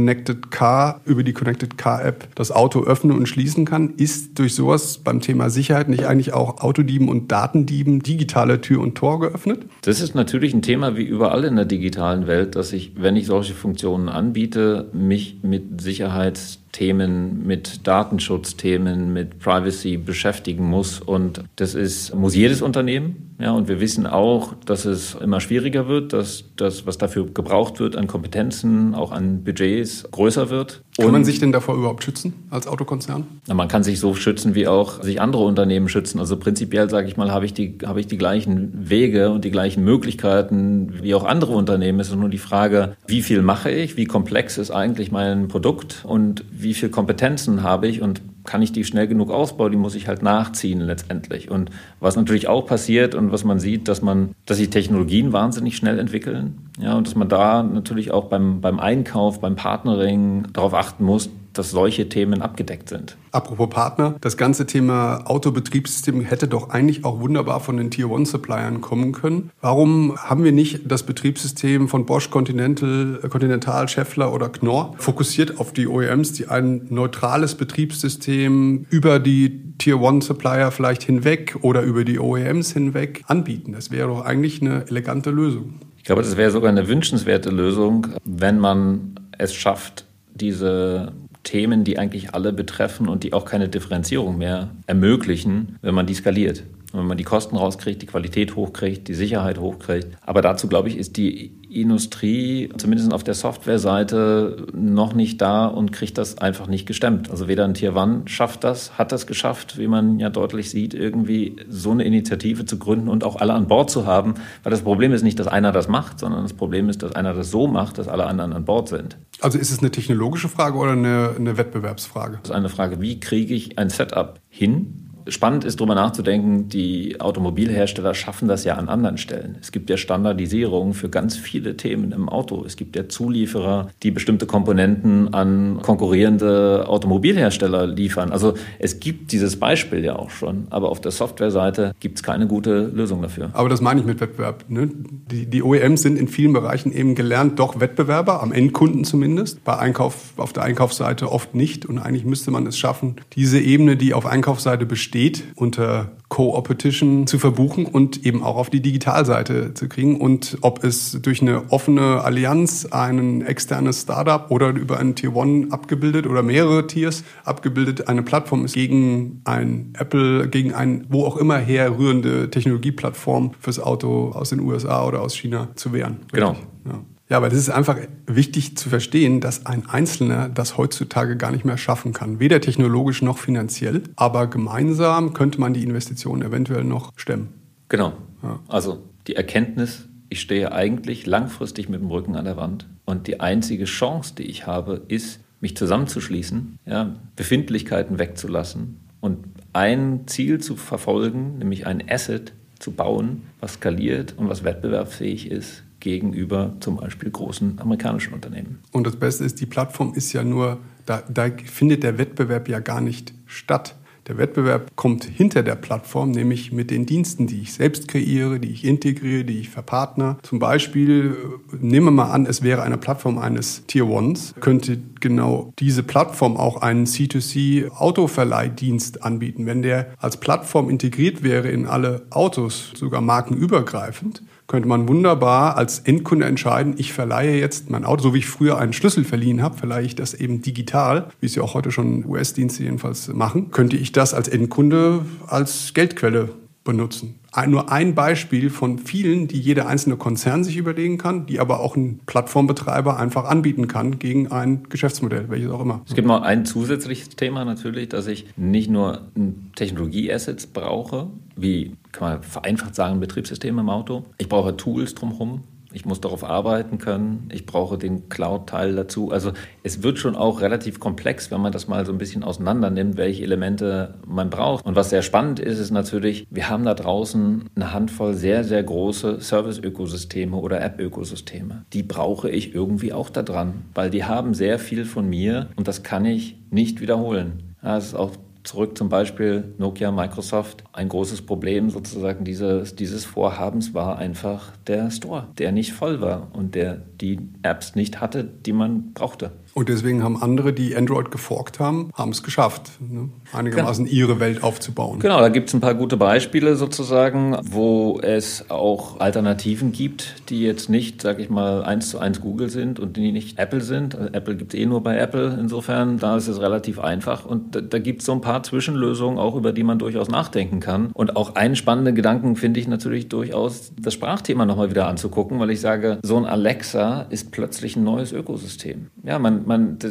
die Connected Car App das Auto öffnen und schließen kann. Ist durch sowas beim Thema Sicherheit nicht eigentlich auch Autodieben und Datendieben digitale Tür und Tor geöffnet? Das ist natürlich ein Thema wie überall in der digitalen Welt, dass ich, wenn ich solche Funktionen anbiete, mich mit Sicherheitsthemen, mit Datenschutzthemen, mit Privacy beschäftigen muss. Und das muss jedes Unternehmen. Ja, und wir wissen auch, dass es immer schwieriger wird, dass das, was dafür gebraucht wird an Kompetenzen, auch an Budgets, größer wird. Kann man sich denn davor überhaupt schützen als Autokonzern? Na, man kann sich so schützen, wie auch sich andere Unternehmen schützen. Also prinzipiell, sage ich mal, habe ich die gleichen Wege und die gleichen Möglichkeiten wie auch andere Unternehmen. Es ist nur die Frage, wie viel mache ich, wie komplex ist eigentlich mein Produkt und wie viel Kompetenzen habe ich und kann ich die schnell genug ausbauen, die muss ich halt nachziehen letztendlich. Und was natürlich auch passiert und was man sieht, dass sich Technologien wahnsinnig schnell entwickeln. Ja, und dass man da natürlich auch beim Einkauf, beim Partnering darauf achten muss, dass solche Themen abgedeckt sind. Apropos Partner, das ganze Thema Autobetriebssystem hätte doch eigentlich auch wunderbar von den Tier-1-Suppliern kommen können. Warum haben wir nicht das Betriebssystem von Bosch, Continental, Schaeffler oder Knorr fokussiert auf die OEMs, die ein neutrales Betriebssystem über die Tier-1-Supplier vielleicht hinweg oder über die OEMs hinweg anbieten? Das wäre doch eigentlich eine elegante Lösung. Ich glaube, das wäre sogar eine wünschenswerte Lösung, wenn man es schafft, diese Themen, die eigentlich alle betreffen und die auch keine Differenzierung mehr ermöglichen, wenn man die skaliert. Und wenn man die Kosten rauskriegt, die Qualität hochkriegt, die Sicherheit hochkriegt. Aber dazu, glaube ich, ist die Industrie, zumindest auf der Softwareseite, noch nicht da und kriegt das einfach nicht gestemmt. Also weder ein Tier 1 hat das geschafft, wie man ja deutlich sieht, irgendwie so eine Initiative zu gründen und auch alle an Bord zu haben. Weil das Problem ist nicht, dass einer das macht, sondern das Problem ist, dass einer das so macht, dass alle anderen an Bord sind. Also ist es eine technologische Frage oder eine Wettbewerbsfrage? Das ist eine Frage, wie kriege ich ein Setup hin? Spannend ist, darüber nachzudenken, die Automobilhersteller schaffen das ja an anderen Stellen. Es gibt ja Standardisierung für ganz viele Themen im Auto. Es gibt ja Zulieferer, die bestimmte Komponenten an konkurrierende Automobilhersteller liefern. Also es gibt dieses Beispiel ja auch schon, aber auf der Softwareseite gibt es keine gute Lösung dafür. Aber das meine ich mit Wettbewerb. Ne? Die OEMs sind in vielen Bereichen eben gelernt doch Wettbewerber, am Endkunden zumindest. Auf der Einkaufsseite oft nicht. Und eigentlich müsste man es schaffen, diese Ebene, die auf Einkaufsseite besteht, unter Co-Opetition zu verbuchen und eben auch auf die Digitalseite zu kriegen. Und ob es durch eine offene Allianz, ein externes Startup oder über einen Tier 1 abgebildet oder mehrere Tiers abgebildet eine Plattform ist gegen ein Apple, gegen ein wo auch immer herrührende Technologieplattform fürs Auto aus den USA oder aus China zu wehren. Genau. Ja. Ja, aber das ist einfach wichtig zu verstehen, dass ein Einzelner das heutzutage gar nicht mehr schaffen kann. Weder technologisch noch finanziell. Aber gemeinsam könnte man die Investitionen eventuell noch stemmen. Genau. Ja. Also die Erkenntnis, ich stehe eigentlich langfristig mit dem Rücken an der Wand. Und die einzige Chance, die ich habe, ist, mich zusammenzuschließen, ja, Befindlichkeiten wegzulassen und ein Ziel zu verfolgen, nämlich ein Asset zu bauen, was skaliert und was wettbewerbsfähig ist gegenüber zum Beispiel großen amerikanischen Unternehmen. Und das Beste ist, die Plattform ist ja nur, da findet der Wettbewerb ja gar nicht statt. Der Wettbewerb kommt hinter der Plattform, nämlich mit den Diensten, die ich selbst kreiere, die ich integriere, die ich verpartner. Zum Beispiel, nehmen wir mal an, es wäre eine Plattform eines Tier 1, könnte genau diese Plattform auch einen C2C-Autoverleihdienst anbieten. Wenn der als Plattform integriert wäre in alle Autos, sogar markenübergreifend, könnte man wunderbar als Endkunde entscheiden, ich verleihe jetzt mein Auto, so wie ich früher einen Schlüssel verliehen habe, verleihe ich das eben digital, wie es ja auch heute schon US-Dienste jedenfalls machen, könnte ich das als Endkunde als Geldquelle benutzen. Nur ein Beispiel von vielen, die jeder einzelne Konzern sich überlegen kann, die aber auch ein Plattformbetreiber einfach anbieten kann gegen ein Geschäftsmodell, welches auch immer. Es gibt noch ein zusätzliches Thema natürlich, dass ich nicht nur Technologie-Assets brauche, wie kann man vereinfacht sagen, Betriebssysteme im Auto. Ich brauche Tools drumherum. ich muss darauf arbeiten können, ich brauche den Cloud-Teil dazu. Also es wird schon auch relativ komplex, wenn man das mal so ein bisschen auseinander nimmt, welche Elemente man braucht. Und was sehr spannend ist, ist natürlich, wir haben da draußen eine Handvoll sehr, sehr große Service-Ökosysteme oder App-Ökosysteme. Die brauche ich irgendwie auch da dran, weil die haben sehr viel von mir und das kann ich nicht wiederholen. Ja, das ist auch zurück zum Beispiel Nokia, Microsoft. Ein großes Problem sozusagen dieses Vorhabens war einfach der Store, der nicht voll war und der die Apps nicht hatte, die man brauchte. Und deswegen haben andere, die Android geforkt haben, es geschafft, ne? Einigermaßen ihre Welt aufzubauen. Genau, da gibt es ein paar gute Beispiele sozusagen, wo es auch Alternativen gibt, die jetzt nicht, sag ich mal, 1:1 Google sind und die nicht Apple sind. Also Apple gibt es nur bei Apple, insofern, da ist es relativ einfach. Und da gibt es so ein paar Zwischenlösungen auch, über die man durchaus nachdenken kann. Und auch einen spannenden Gedanken finde ich natürlich durchaus, das Sprachthema nochmal wieder anzugucken, weil ich sage, so ein Alexa ist plötzlich ein neues Ökosystem. Ja, man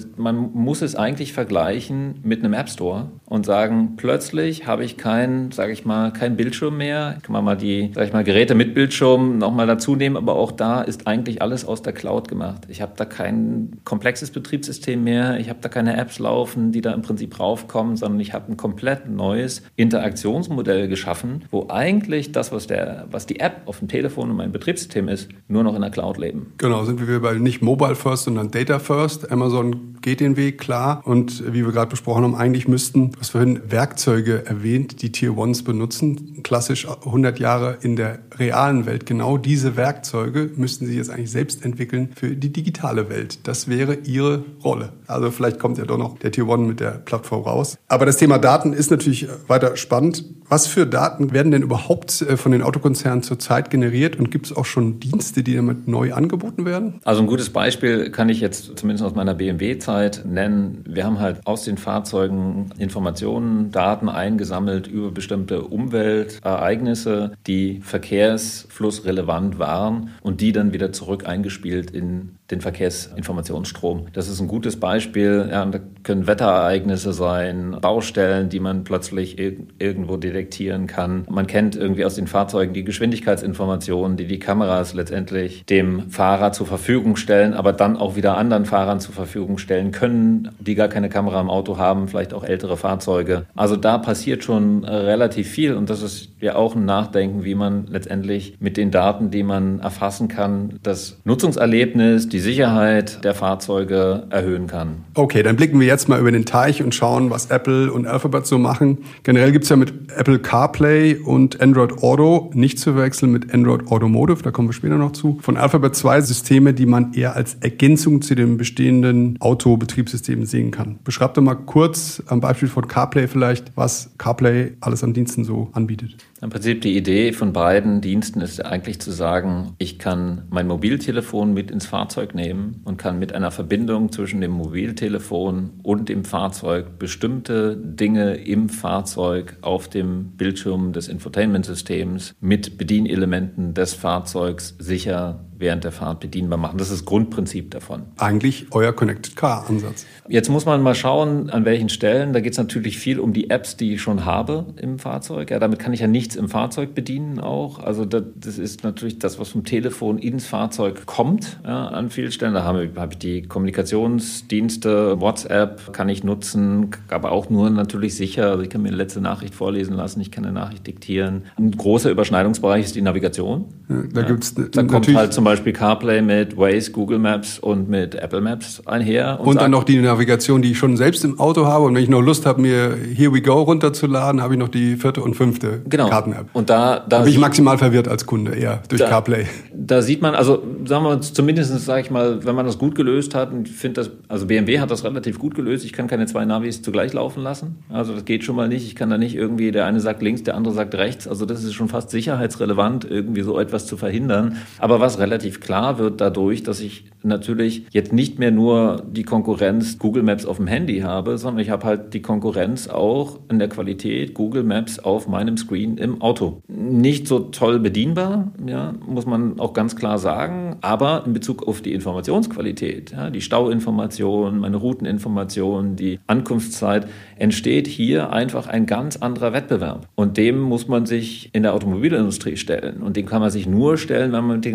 muss es eigentlich vergleichen mit einem App Store und sagen, plötzlich habe ich kein Bildschirm mehr. Kann man mal die, Geräte mit Bildschirm nochmal dazu nehmen, aber auch da ist eigentlich alles aus der Cloud gemacht. Ich habe da kein komplexes Betriebssystem mehr, ich habe da keine Apps laufen, die da im Prinzip raufkommen, sondern ich habe ein komplett neues Interaktionsmodell geschaffen, wo eigentlich das, was die App auf dem Telefon und mein Betriebssystem ist, nur noch in der Cloud leben. Genau, sind wir bei nicht Mobile First, sondern Data First. Amazon geht den Weg, klar. Und wie wir gerade besprochen haben, eigentlich müssten, du hast vorhin Werkzeuge erwähnt, die Tier Ones benutzen. Klassisch 100 Jahre in der realen Welt. Genau diese Werkzeuge müssten sie jetzt eigentlich selbst entwickeln für die digitale Welt. Das wäre ihre Rolle. Also vielleicht kommt ja doch noch der Tier One mit der Plattform raus. Aber das Thema Daten ist natürlich weiter spannend. Was für Daten werden denn überhaupt von den Autokonzernen zurzeit generiert und gibt es auch schon Dienste, die damit neu angeboten werden? Also ein gutes Beispiel kann ich jetzt zumindest aus meiner BMW-Zeit nennen. Wir haben halt aus den Fahrzeugen Informationen, Daten eingesammelt über bestimmte Umweltereignisse, die verkehrsflussrelevant waren und die dann wieder zurück eingespielt in den Verkehrsinformationsstrom. Das ist ein gutes Beispiel. Ja, da können Wetterereignisse sein, Baustellen, die man plötzlich irgendwo detektieren kann. Man kennt irgendwie aus den Fahrzeugen die Geschwindigkeitsinformationen, die Kameras letztendlich dem Fahrer zur Verfügung stellen, aber dann auch wieder anderen Fahrern zur Verfügung stellen können, die gar keine Kamera im Auto haben, vielleicht auch ältere Fahrzeuge. Also da passiert schon relativ viel und das ist ja auch ein Nachdenken, wie man letztendlich mit den Daten, die man erfassen kann, das Nutzungserlebnis, die Sicherheit der Fahrzeuge erhöhen kann. Okay, dann blicken wir jetzt mal über den Teich und schauen, was Apple und Alphabet so machen. Generell gibt es ja mit Apple CarPlay und Android Auto, nicht zu verwechseln mit Android Automotive, da kommen wir später noch zu, von Alphabet 2 Systeme, die man eher als Ergänzung zu den bestehenden Autobetriebssystemen sehen kann. Beschreib doch mal kurz am Beispiel von CarPlay vielleicht, was CarPlay alles an Diensten so anbietet. Im Prinzip die Idee von beiden Diensten ist eigentlich zu sagen, ich kann mein Mobiltelefon mit ins Fahrzeug nehmen und kann mit einer Verbindung zwischen dem Mobiltelefon und dem Fahrzeug bestimmte Dinge im Fahrzeug auf dem Bildschirm des Infotainment-Systems mit Bedienelementen des Fahrzeugs sicher während der Fahrt bedienbar machen. Das ist das Grundprinzip davon. Eigentlich euer Connected Car-Ansatz. Jetzt muss man mal schauen, an welchen Stellen. Da geht es natürlich viel um die Apps, die ich schon habe im Fahrzeug. Ja, damit kann ich ja nichts im Fahrzeug bedienen auch. Also das ist natürlich das, was vom Telefon ins Fahrzeug kommt, ja, an vielen Stellen. Da habe ich die Kommunikationsdienste, WhatsApp kann ich nutzen, aber auch nur natürlich sicher. Also ich kann mir eine letzte Nachricht vorlesen lassen, ich kann eine Nachricht diktieren. Ein großer Überschneidungsbereich ist die Navigation. Ja, da kommt halt zum Beispiel CarPlay mit Waze, Google Maps und mit Apple Maps einher. Und dann noch die Navigation, die ich schon selbst im Auto habe. Und wenn ich noch Lust habe, mir Here We Go runterzuladen, habe ich noch die 4. und 5. Karten-App. Und da bin ich maximal verwirrt als Kunde eher durch CarPlay. Da sieht man, also sagen wir zumindest, sage ich mal, wenn man das gut gelöst hat, und ich finde das, also BMW hat das relativ gut gelöst. Ich kann keine 2 Navis zugleich laufen lassen. Also das geht schon mal nicht. Ich kann da nicht irgendwie, der eine sagt links, der andere sagt rechts. Also das ist schon fast sicherheitsrelevant, irgendwie so etwas zu verhindern. Aber was relativ klar wird dadurch, dass ich natürlich jetzt nicht mehr nur die Konkurrenz Google Maps auf dem Handy habe, sondern ich habe halt die Konkurrenz auch in der Qualität Google Maps auf meinem Screen im Auto. Nicht so toll bedienbar, ja, muss man auch ganz klar sagen, aber in Bezug auf die Informationsqualität, ja, die Stauinformation, meine Routeninformation, die Ankunftszeit, entsteht hier einfach ein ganz anderer Wettbewerb. Und dem muss man sich in der Automobilindustrie stellen. Und dem kann man sich nur stellen, wenn man mit den gleichen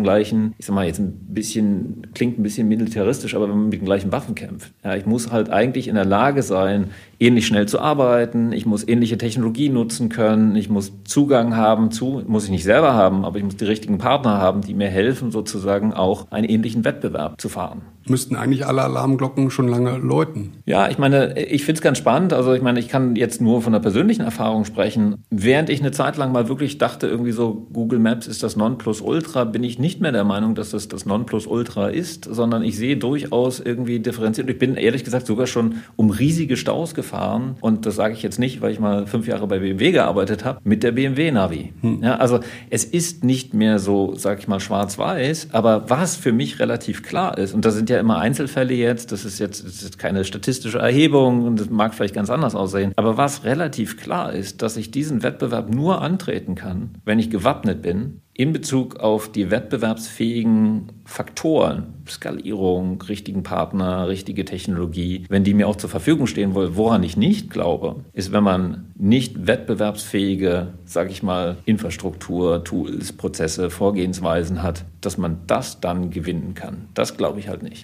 wenn, ich sag mal jetzt klingt ein bisschen militaristisch, aber wenn man mit den gleichen Waffen kämpft. Ja, ich muss halt eigentlich in der Lage sein, ähnlich schnell zu arbeiten, ich muss ähnliche Technologie nutzen können, ich muss Zugang haben muss ich nicht selber haben, aber ich muss die richtigen Partner haben, die mir helfen, sozusagen auch einen ähnlichen Wettbewerb zu fahren. Müssten eigentlich alle Alarmglocken schon lange läuten. Ja, ich meine, ich finde es ganz spannend. Also ich meine, ich kann jetzt nur von der persönlichen Erfahrung sprechen. Während ich eine Zeit lang mal wirklich dachte, irgendwie so Google Maps ist das Nonplusultra, bin ich nicht mehr der Meinung, dass das Nonplusultra ist, sondern ich sehe durchaus irgendwie differenziert. Und ich bin ehrlich gesagt sogar schon um riesige Staus gefahren. Und das sage ich jetzt nicht, weil ich mal 5 Jahre bei BMW gearbeitet habe, mit der BMW-Navi. Ja, also es ist nicht mehr so, sage ich mal, schwarz-weiß. Aber was für mich relativ klar ist, und das sind ja immer Einzelfälle jetzt, das ist keine statistische Erhebung und das mag vielleicht ganz anders aussehen, aber was relativ klar ist, dass ich diesen Wettbewerb nur antreten kann, wenn ich gewappnet bin, in Bezug auf die wettbewerbsfähigen Faktoren, Skalierung, richtigen Partner, richtige Technologie, wenn die mir auch zur Verfügung stehen wollen. Woran ich nicht glaube, ist, wenn man nicht wettbewerbsfähige, sage ich mal, Infrastruktur, Tools, Prozesse, Vorgehensweisen hat, dass man das dann gewinnen kann. Das glaube ich halt nicht.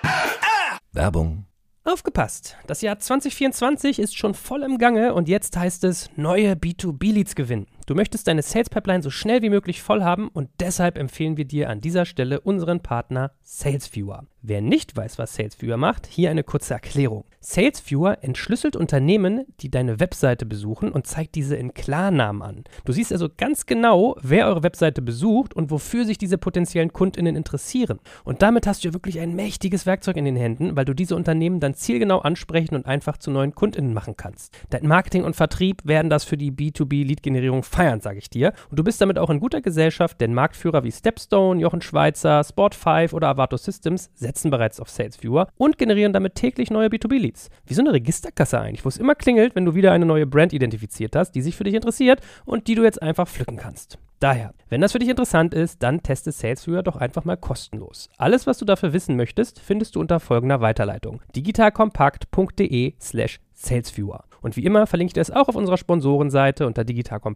Werbung. Aufgepasst! Das Jahr 2024 ist schon voll im Gange und jetzt heißt es neue B2B-Leads gewinnen. Du möchtest deine Sales-Pipeline so schnell wie möglich voll haben und deshalb empfehlen wir dir an dieser Stelle unseren Partner SalesViewer. Wer nicht weiß, was SalesViewer macht, hier eine kurze Erklärung. SalesViewer entschlüsselt Unternehmen, die deine Webseite besuchen und zeigt diese in Klarnamen an. Du siehst also ganz genau, wer eure Webseite besucht und wofür sich diese potenziellen KundInnen interessieren. Und damit hast du ja wirklich ein mächtiges Werkzeug in den Händen, weil du diese Unternehmen dann zielgenau ansprechen und einfach zu neuen KundInnen machen kannst. Dein Marketing und Vertrieb werden das für die B2B-Lead-Generierung feiern, sage ich dir. Und du bist damit auch in guter Gesellschaft, denn Marktführer wie Stepstone, Jochen Schweizer, Sport5 oder Avato Systems setzen bereits auf SalesViewer und generieren damit täglich neue B2B-Leads. Wie so eine Registerkasse eigentlich, wo es immer klingelt, wenn du wieder eine neue Brand identifiziert hast, die sich für dich interessiert und die du jetzt einfach pflücken kannst. Daher, wenn das für dich interessant ist, dann teste SalesViewer doch einfach mal kostenlos. Alles, was du dafür wissen möchtest, findest du unter folgender Weiterleitung: digitalkompakt.de/SalesViewer. Und wie immer verlinke ich dir es auch auf unserer Sponsorenseite unter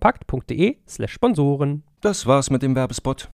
digitalkompakt.de/Sponsoren. Das war's mit dem Werbespot.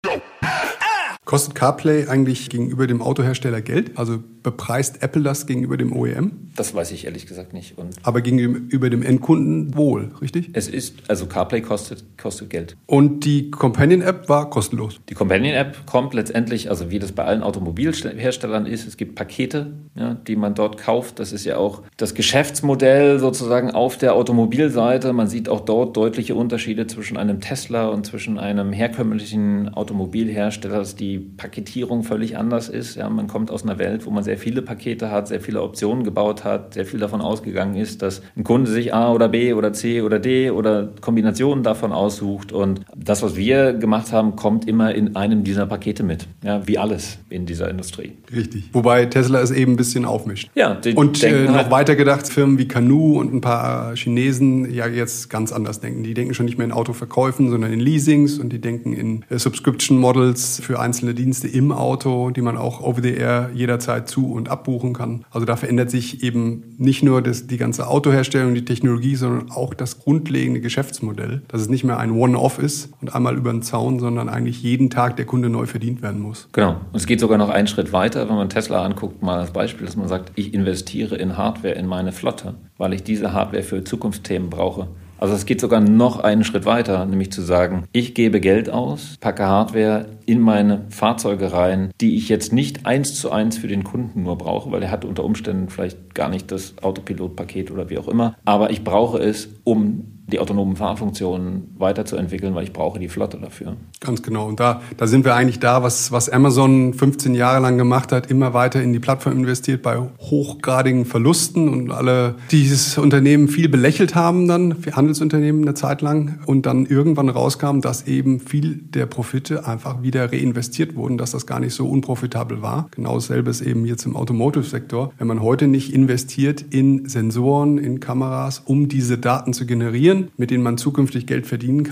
Kostet CarPlay eigentlich gegenüber dem Autohersteller Geld? Also bepreist Apple das gegenüber dem OEM? Das weiß ich ehrlich gesagt nicht. Aber gegenüber dem Endkunden wohl, richtig? Also CarPlay kostet Geld. Und die Companion-App war kostenlos? Die Companion-App kommt letztendlich, also wie das bei allen Automobilherstellern ist, es gibt Pakete, ja, die man dort kauft. Das ist ja auch das Geschäftsmodell sozusagen auf der Automobilseite. Man sieht auch dort deutliche Unterschiede zwischen einem Tesla und zwischen einem herkömmlichen Automobilhersteller, dass die Paketierung völlig anders ist. Ja, man kommt aus einer Welt, wo man sehr viele Pakete hat, sehr viele Optionen gebaut hat, sehr viel davon ausgegangen ist, dass ein Kunde sich A oder B oder C oder D oder Kombinationen davon aussucht. Und das, was wir gemacht haben, kommt immer in einem dieser Pakete mit. Ja, wie alles in dieser Industrie. Richtig. Wobei Tesla es eben ein bisschen aufmischt. Ja, und noch weiter gedacht, Firmen wie Canoo und ein paar Chinesen ja jetzt ganz anders denken. Die denken schon nicht mehr in Autoverkäufen, sondern in Leasings und die denken in Subscription Models für einzelne Dienste im Auto, die man auch over the air jederzeit zu- und abbuchen kann. Also da verändert sich eben nicht nur die ganze Autoherstellung, die Technologie, sondern auch das grundlegende Geschäftsmodell, dass es nicht mehr ein One-Off ist und einmal über den Zaun, sondern eigentlich jeden Tag der Kunde neu verdient werden muss. Genau. Und es geht sogar noch einen Schritt weiter, wenn man Tesla anguckt, mal als Beispiel, dass man sagt, ich investiere in Hardware in meine Flotte, weil ich diese Hardware für Zukunftsthemen brauche. Also es geht sogar noch einen Schritt weiter, nämlich zu sagen, ich gebe Geld aus, packe Hardware in meine Fahrzeuge rein, die ich jetzt nicht 1:1 für den Kunden nur brauche, weil er hat unter Umständen vielleicht gar nicht das Autopilot-Paket oder wie auch immer, aber ich brauche es, um die autonomen Fahrfunktionen weiterzuentwickeln, weil ich brauche die Flotte dafür. Ganz genau. Und da sind wir eigentlich da, was Amazon 15 Jahre lang gemacht hat, immer weiter in die Plattform investiert bei hochgradigen Verlusten und alle dieses Unternehmen viel belächelt haben dann, für Handelsunternehmen eine Zeit lang und dann irgendwann rauskam, dass eben viel der Profite einfach wieder reinvestiert wurden, dass das gar nicht so unprofitabel war. Genau dasselbe ist eben jetzt im Automotive-Sektor. Wenn man heute nicht investiert in Sensoren, in Kameras, um diese Daten zu generieren, mit denen man zukünftig Geld verdienen kann,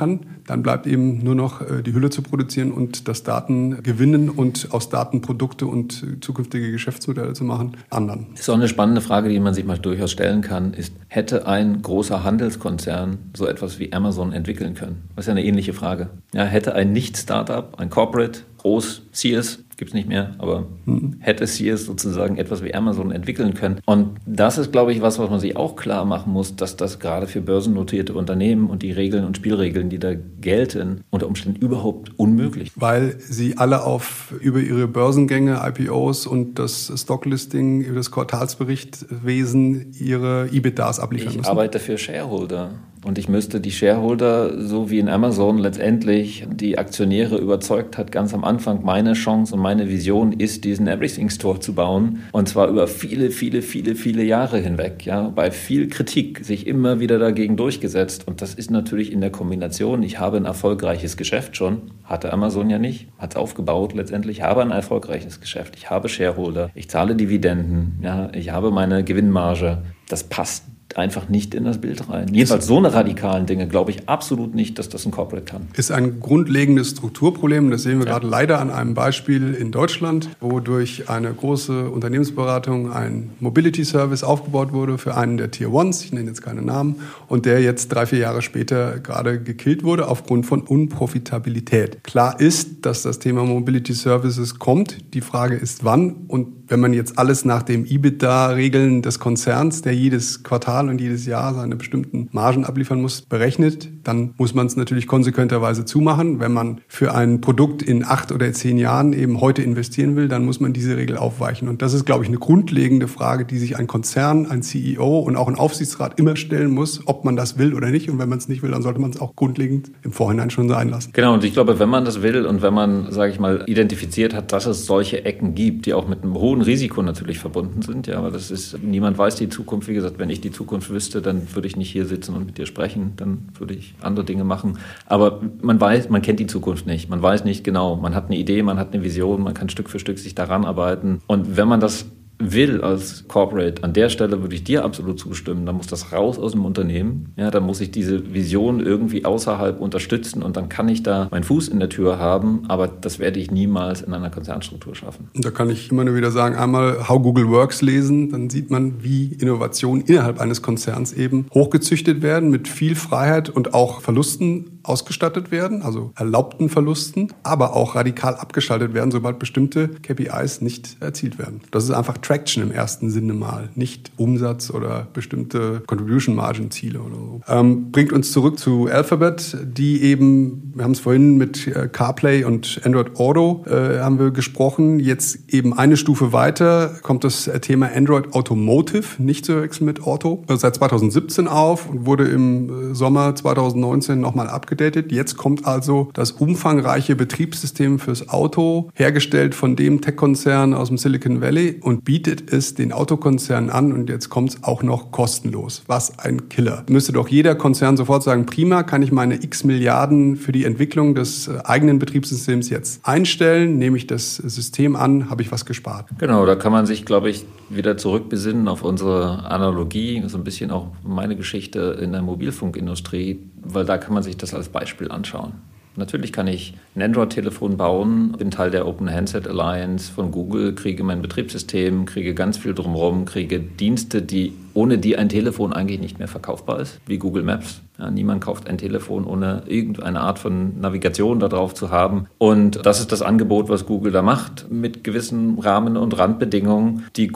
dann bleibt eben nur noch die Hülle zu produzieren und das Datengewinnen und aus Daten Produkte und zukünftige Geschäftsmodelle zu machen, anderen. Ist auch eine spannende Frage, die man sich mal durchaus stellen kann, ist, hätte ein großer Handelskonzern so etwas wie Amazon entwickeln können? Das ist ja eine ähnliche Frage. Ja, hätte ein Nicht-Startup, ein Corporate, groß, Sears, gibt es nicht mehr, aber hätte Sears sozusagen etwas wie Amazon entwickeln können. Und das ist, glaube ich, was man sich auch klar machen muss, dass das gerade für börsennotierte Unternehmen und die Regeln und Spielregeln, die da gelten, unter Umständen überhaupt unmöglich. Weil sie alle über ihre Börsengänge, IPOs und das Stocklisting, über das Quartalsberichtwesen ihre EBITDAs abliefern müssen. Ich arbeite für Shareholder. Und ich müsste die Shareholder, so wie in Amazon letztendlich die Aktionäre überzeugt hat, ganz am Anfang, meine Chance und meine Vision ist, diesen Everything Store zu bauen. Und zwar über viele, viele, viele, viele Jahre hinweg. Ja, bei viel Kritik sich immer wieder dagegen durchgesetzt. Und das ist natürlich in der Kombination, ich habe ein erfolgreiches Geschäft schon, hatte Amazon ja nicht, hat es aufgebaut letztendlich, habe ein erfolgreiches Geschäft, ich habe Shareholder, ich zahle Dividenden, ja, ich habe meine Gewinnmarge. Das passt einfach nicht in das Bild rein. Jedenfalls so eine radikalen Dinge glaube ich absolut nicht, dass das ein Corporate kann. Ist ein grundlegendes Strukturproblem. Das sehen wir gerade leider an einem Beispiel in Deutschland, wo durch eine große Unternehmensberatung ein Mobility-Service aufgebaut wurde für einen der Tier Ones, ich nenne jetzt keine Namen, und der jetzt 3-4 Jahre später gerade gekillt wurde aufgrund von Unprofitabilität. Klar ist, dass das Thema Mobility-Services kommt. Die Frage ist, wann. Und wenn man jetzt alles nach dem EBITDA-Regeln des Konzerns, der jedes Quartal und jedes Jahr seine bestimmten Margen abliefern muss, berechnet, dann muss man es natürlich konsequenterweise zumachen. Wenn man für ein Produkt in 8 oder 10 Jahren eben heute investieren will, dann muss man diese Regel aufweichen. Und das ist, glaube ich, eine grundlegende Frage, die sich ein Konzern, ein CEO und auch ein Aufsichtsrat immer stellen muss, ob man das will oder nicht. Und wenn man es nicht will, dann sollte man es auch grundlegend im Vorhinein schon sein lassen. Genau, und ich glaube, wenn man das will und wenn man, sage ich mal, identifiziert hat, dass es solche Ecken gibt, die auch mit einem hohen Risiko natürlich verbunden sind, ja, weil das ist, niemand weiß die Zukunft. Wie gesagt, wenn ich die Zukunft wüsste, dann würde ich nicht hier sitzen und mit dir sprechen, dann würde ich andere Dinge machen. Aber man weiß, man kennt die Zukunft nicht. Man weiß nicht genau. Man hat eine Idee, man hat eine Vision, man kann Stück für Stück sich daran arbeiten. Und wenn man das will als Corporate, an der Stelle würde ich dir absolut zustimmen, dann muss das raus aus dem Unternehmen, ja, dann muss ich diese Vision irgendwie außerhalb unterstützen und dann kann ich da meinen Fuß in der Tür haben, aber das werde ich niemals in einer Konzernstruktur schaffen. Und da kann ich immer nur wieder sagen, einmal How Google Works lesen, dann sieht man, wie Innovationen innerhalb eines Konzerns eben hochgezüchtet werden, mit viel Freiheit und auch Verlusten ausgestattet werden, also erlaubten Verlusten, aber auch radikal abgeschaltet werden, sobald bestimmte KPIs nicht erzielt werden. Das ist einfach Traction im ersten Sinne mal, nicht Umsatz oder bestimmte Contribution Margin Ziele oder so. Bringt uns zurück zu Alphabet, die eben, wir haben es vorhin mit CarPlay und Android Auto haben wir gesprochen, jetzt eben eine Stufe weiter kommt das Thema Android Automotive, nicht zu wechseln mit Auto, seit 2017 auf und wurde im Sommer 2019 nochmal abgedatet. Jetzt kommt also das umfangreiche Betriebssystem fürs Auto, hergestellt von dem Tech-Konzern aus dem Silicon Valley und bietet es den Autokonzernen an und jetzt kommt es auch noch kostenlos. Was ein Killer. Müsste doch jeder Konzern sofort sagen, prima, kann ich meine x Milliarden für die Entwicklung des eigenen Betriebssystems jetzt einstellen, nehme ich das System an, habe ich was gespart. Genau, da kann man sich, glaube ich, wieder zurückbesinnen auf unsere Analogie, so ein bisschen auch meine Geschichte in der Mobilfunkindustrie, weil da kann man sich das als Beispiel anschauen. Natürlich kann ich ein Android-Telefon bauen, bin Teil der Open Handset Alliance von Google, kriege mein Betriebssystem, kriege ganz viel drumherum, kriege Dienste, ohne die ein Telefon eigentlich nicht mehr verkaufbar ist, wie Google Maps. Ja, niemand kauft ein Telefon, ohne irgendeine Art von Navigation da drauf zu haben. Und das ist das Angebot, was Google da macht, mit gewissen Rahmen- und Randbedingungen, die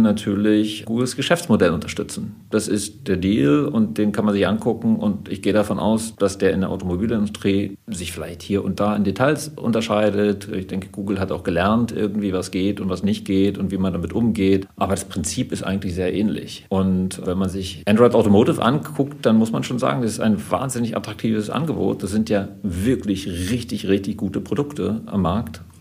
Googles Geschäftsmodell unterstützen. Das ist der Deal und den kann man sich angucken. Und ich gehe davon aus, dass der in der Automobilindustrie sich vielleicht hier und da in Details unterscheidet. Ich denke, Google hat auch gelernt, irgendwie was geht und was nicht geht und wie man damit umgeht. Aber das Prinzip ist eigentlich sehr ähnlich. Und wenn man sich Android Automotive anguckt, dann muss man schon sagen, das ist ein wahnsinnig attraktives Angebot. Das sind ja wirklich richtig, richtig gute Produkte am Markt.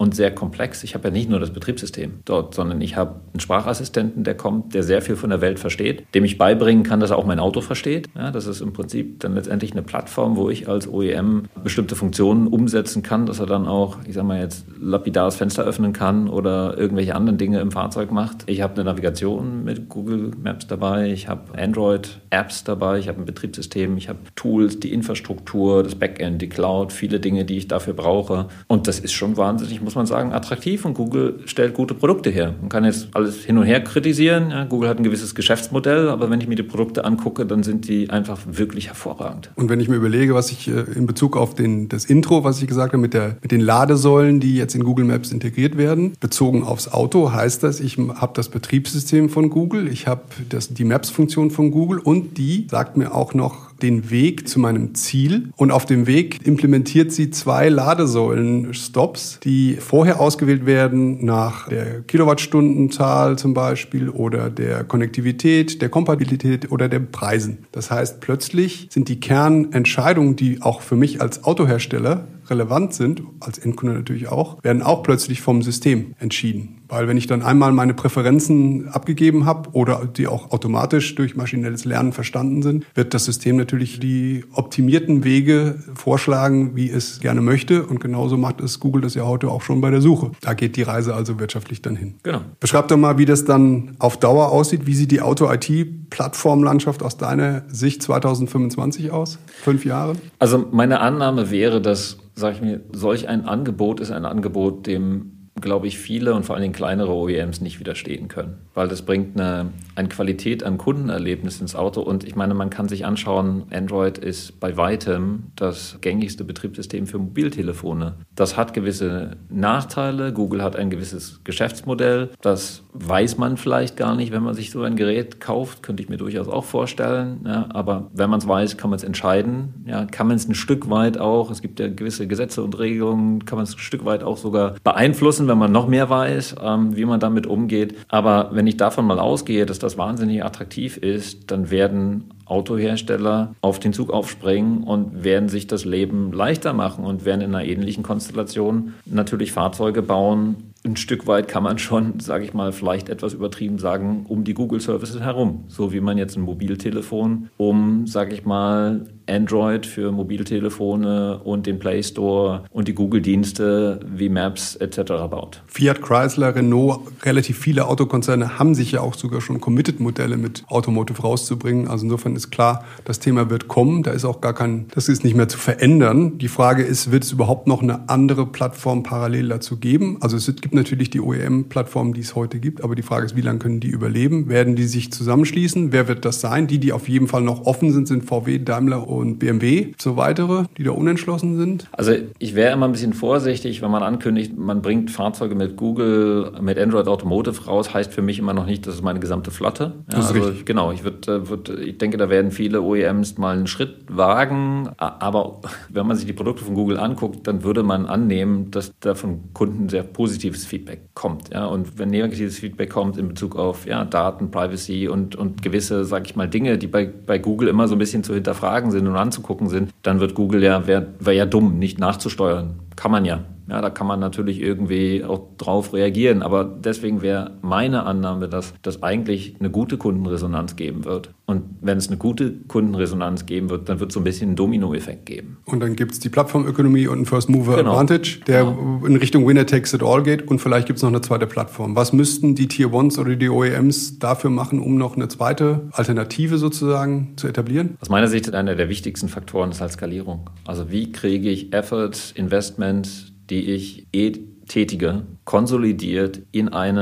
und sehr komplex. Ich habe ja nicht nur das Betriebssystem dort, sondern ich habe einen Sprachassistenten, der kommt, der sehr viel von der Welt versteht, dem ich beibringen kann, dass er auch mein Auto versteht. Ja, das ist im Prinzip dann letztendlich eine Plattform, wo ich als OEM bestimmte Funktionen umsetzen kann, dass er dann auch, ich sag mal jetzt, lapidar das Fenster öffnen kann oder irgendwelche anderen Dinge im Fahrzeug macht. Ich habe eine Navigation mit Google Maps dabei, ich habe Android-Apps dabei, ich habe ein Betriebssystem, ich habe Tools, die Infrastruktur, das Backend, die Cloud, viele Dinge, die ich dafür brauche. Und das ist schon wahnsinnig, muss man sagen, attraktiv und Google stellt gute Produkte her. Man kann jetzt alles hin und her kritisieren. Ja, Google hat ein gewisses Geschäftsmodell, aber wenn ich mir die Produkte angucke, dann sind die einfach wirklich hervorragend. Und wenn ich mir überlege, was ich in Bezug auf das Intro, was ich gesagt habe, mit den Ladesäulen, die jetzt in Google Maps integriert werden, bezogen aufs Auto, heißt das, ich habe das Betriebssystem von Google, ich habe die Maps-Funktion von Google und die sagt mir auch noch den Weg zu meinem Ziel. Und auf dem Weg implementiert sie 2 Ladesäulen-Stops, die vorher ausgewählt werden nach der Kilowattstundenzahl zum Beispiel oder der Konnektivität, der Kompatibilität oder der Preisen. Das heißt, plötzlich sind die Kernentscheidungen, die auch für mich als Autohersteller relevant sind, als Endkunde natürlich auch, werden auch plötzlich vom System entschieden. Weil wenn ich dann einmal meine Präferenzen abgegeben habe oder die auch automatisch durch maschinelles Lernen verstanden sind, wird das System natürlich die optimierten Wege vorschlagen, wie es gerne möchte. Und genauso macht es Google das ja heute auch schon bei der Suche. Da geht die Reise also wirtschaftlich dann hin. Genau. Beschreib doch mal, wie das dann auf Dauer aussieht. Wie sieht die Auto-IT-Plattformlandschaft aus deiner Sicht 2025 aus? 5 Jahre? Also meine Annahme wäre, dass, sage ich mir, solch ein Angebot ist ein Angebot, dem, glaube ich, viele und vor allen Dingen kleinere OEMs nicht widerstehen können. Weil das bringt eine Qualität an Kundenerlebnis ins Auto. Und ich meine, man kann sich anschauen, Android ist bei weitem das gängigste Betriebssystem für Mobiltelefone. Das hat gewisse Nachteile. Google hat ein gewisses Geschäftsmodell. Das weiß man vielleicht gar nicht, wenn man sich so ein Gerät kauft. Könnte ich mir durchaus auch vorstellen. Ja, aber wenn man es weiß, kann man es entscheiden. Ja, kann man es ein Stück weit auch, es gibt ja gewisse Gesetze und Regelungen, kann man es ein Stück weit auch sogar beeinflussen, wenn man noch mehr weiß, wie man damit umgeht. Aber wenn ich davon mal ausgehe, dass das wahnsinnig attraktiv ist, dann werden Autohersteller auf den Zug aufspringen und werden sich das Leben leichter machen und werden in einer ähnlichen Konstellation natürlich Fahrzeuge bauen. Ein Stück weit kann man schon, sage ich mal, vielleicht etwas übertrieben sagen, um die Google-Services herum. So wie man jetzt ein Mobiltelefon sage ich mal, Android für Mobiltelefone und den Play Store und die Google-Dienste wie Maps etc. baut. Fiat, Chrysler, Renault, relativ viele Autokonzerne haben sich ja auch sogar schon Committed-Modelle mit Automotive rauszubringen. Also insofern ist klar, das Thema wird kommen. Da ist auch das ist nicht mehr zu verändern. Die Frage ist, wird es überhaupt noch eine andere Plattform parallel dazu geben? Also es gibt natürlich die OEM-Plattformen, die es heute gibt, aber die Frage ist, wie lange können die überleben? Werden die sich zusammenschließen? Wer wird das sein? Die auf jeden Fall noch offen sind VW, Daimler und BMW, so weitere, die da unentschlossen sind? Also ich wäre immer ein bisschen vorsichtig, wenn man ankündigt, man bringt Fahrzeuge mit Google, mit Android Automotive raus, heißt für mich immer noch nicht, das ist meine gesamte Flotte. Ja, das ist also richtig. Genau, ich denke, da werden viele OEMs mal einen Schritt wagen, aber wenn man sich die Produkte von Google anguckt, dann würde man annehmen, dass da von Kunden sehr positives Feedback kommt. Ja? Und wenn negatives Feedback kommt in Bezug auf Daten, Privacy und gewisse, sage ich mal, Dinge, die bei Google immer so ein bisschen zu hinterfragen sind und anzugucken sind, dann wird Google wäre ja dumm, nicht nachzusteuern. Kann man ja. Ja, da kann man natürlich irgendwie auch drauf reagieren. Aber deswegen wäre meine Annahme, dass das eigentlich eine gute Kundenresonanz geben wird. Und wenn es eine gute Kundenresonanz geben wird, dann wird es so ein bisschen einen Dominoeffekt geben. Und dann gibt es die Plattformökonomie und einen First Mover Advantage, der in Richtung Winner takes it all geht. Und vielleicht gibt es noch eine zweite Plattform. Was müssten die Tier 1s oder die OEMs dafür machen, um noch eine zweite Alternative sozusagen zu etablieren? Aus meiner Sicht einer der wichtigsten Faktoren ist halt Skalierung. Also wie kriege ich Efforts, Investment, die ich tätige, konsolidiert in ein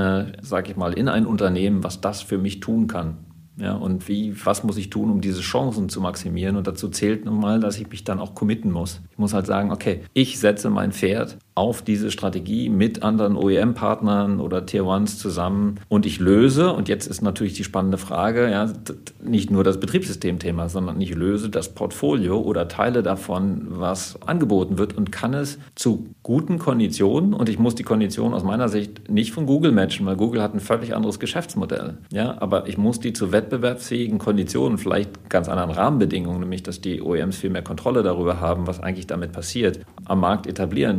Unternehmen, was das für mich tun kann. Ja, und was muss ich tun, um diese Chancen zu maximieren? Und dazu zählt nun mal, dass ich mich dann auch committen muss. Ich muss halt sagen, okay, ich setze mein Pferd auf diese Strategie mit anderen OEM-Partnern oder Tier 1s zusammen und ich löse, und jetzt ist natürlich die spannende Frage, nicht nur das Betriebssystemthema, sondern ich löse das Portfolio oder Teile davon, was angeboten wird und kann es zu guten Konditionen, und ich muss die Konditionen aus meiner Sicht nicht von Google matchen, weil Google hat ein völlig anderes Geschäftsmodell. Ja, aber ich muss die zu wettbewerbsfähigen Konditionen, vielleicht ganz anderen Rahmenbedingungen, nämlich dass die OEMs viel mehr Kontrolle darüber haben, was eigentlich damit passiert, am Markt etablieren können.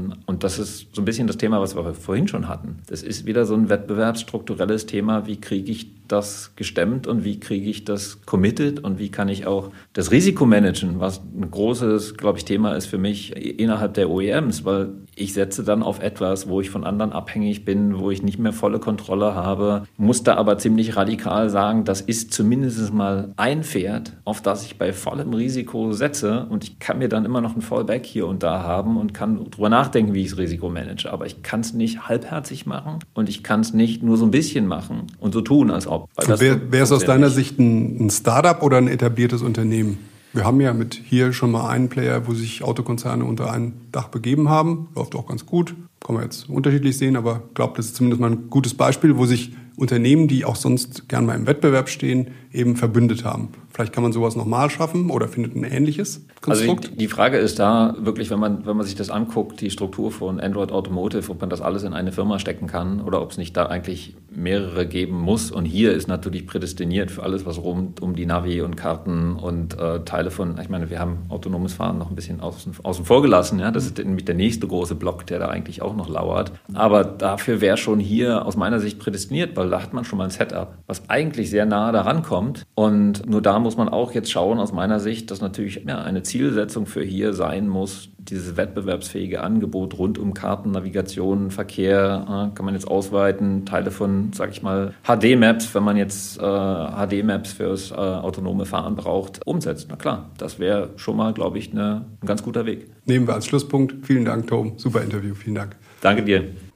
kann. Und das ist so ein bisschen das Thema, was wir vorhin schon hatten. Das ist wieder so ein wettbewerbsstrukturelles Thema. Wie kriege ich das gestemmt und wie kriege ich das committed und wie kann ich auch das Risiko managen, was ein großes, glaube ich, Thema ist für mich innerhalb der OEMs, weil ich setze dann auf etwas, wo ich von anderen abhängig bin, wo ich nicht mehr volle Kontrolle habe, muss da aber ziemlich radikal sagen, das ist zumindest mal ein Pferd, auf das ich bei vollem Risiko setze und ich kann mir dann immer noch ein Fallback hier und da haben und kann drüber nachdenken, wie ich das Risiko manage, aber ich kann es nicht halbherzig machen und ich kann es nicht nur so ein bisschen machen und so tun, als ob. Wäre es aus deiner Sicht ein Startup oder ein etabliertes Unternehmen? Wir haben ja mit hier schon mal einen Player, wo sich Autokonzerne unter ein Dach begeben haben. Läuft auch ganz gut. Kann man jetzt unterschiedlich sehen, aber ich glaube, das ist zumindest mal ein gutes Beispiel, wo sich Unternehmen, die auch sonst gern mal im Wettbewerb stehen, eben verbündet haben. Vielleicht kann man sowas nochmal schaffen oder findet ein ähnliches Konstrukt? Also die Frage ist da wirklich, wenn man sich das anguckt, die Struktur von Android Automotive, ob man das alles in eine Firma stecken kann oder ob es nicht da eigentlich mehrere geben muss. Und hier ist natürlich prädestiniert für alles, was rund um die Navi und Karten und Teile von, ich meine, wir haben autonomes Fahren noch ein bisschen außen vor gelassen. Ja? Das ist nämlich der nächste große Block, der da eigentlich auch noch lauert. Aber dafür wäre schon hier aus meiner Sicht prädestiniert, weil da hat man schon mal ein Setup, was eigentlich sehr nahe daran kommt. Und nur da muss man auch jetzt schauen, aus meiner Sicht, dass natürlich eine Zielsetzung für hier sein muss, dieses wettbewerbsfähige Angebot rund um Karten, Navigation, Verkehr, kann man jetzt ausweiten, Teile von, sag ich mal, HD-Maps, wenn man jetzt HD-Maps fürs autonome Fahren braucht, umsetzt. Na klar, das wäre schon mal, glaube ich, ein ganz guter Weg. Nehmen wir als Schlusspunkt. Vielen Dank, Tom. Super Interview. Vielen Dank. Danke dir.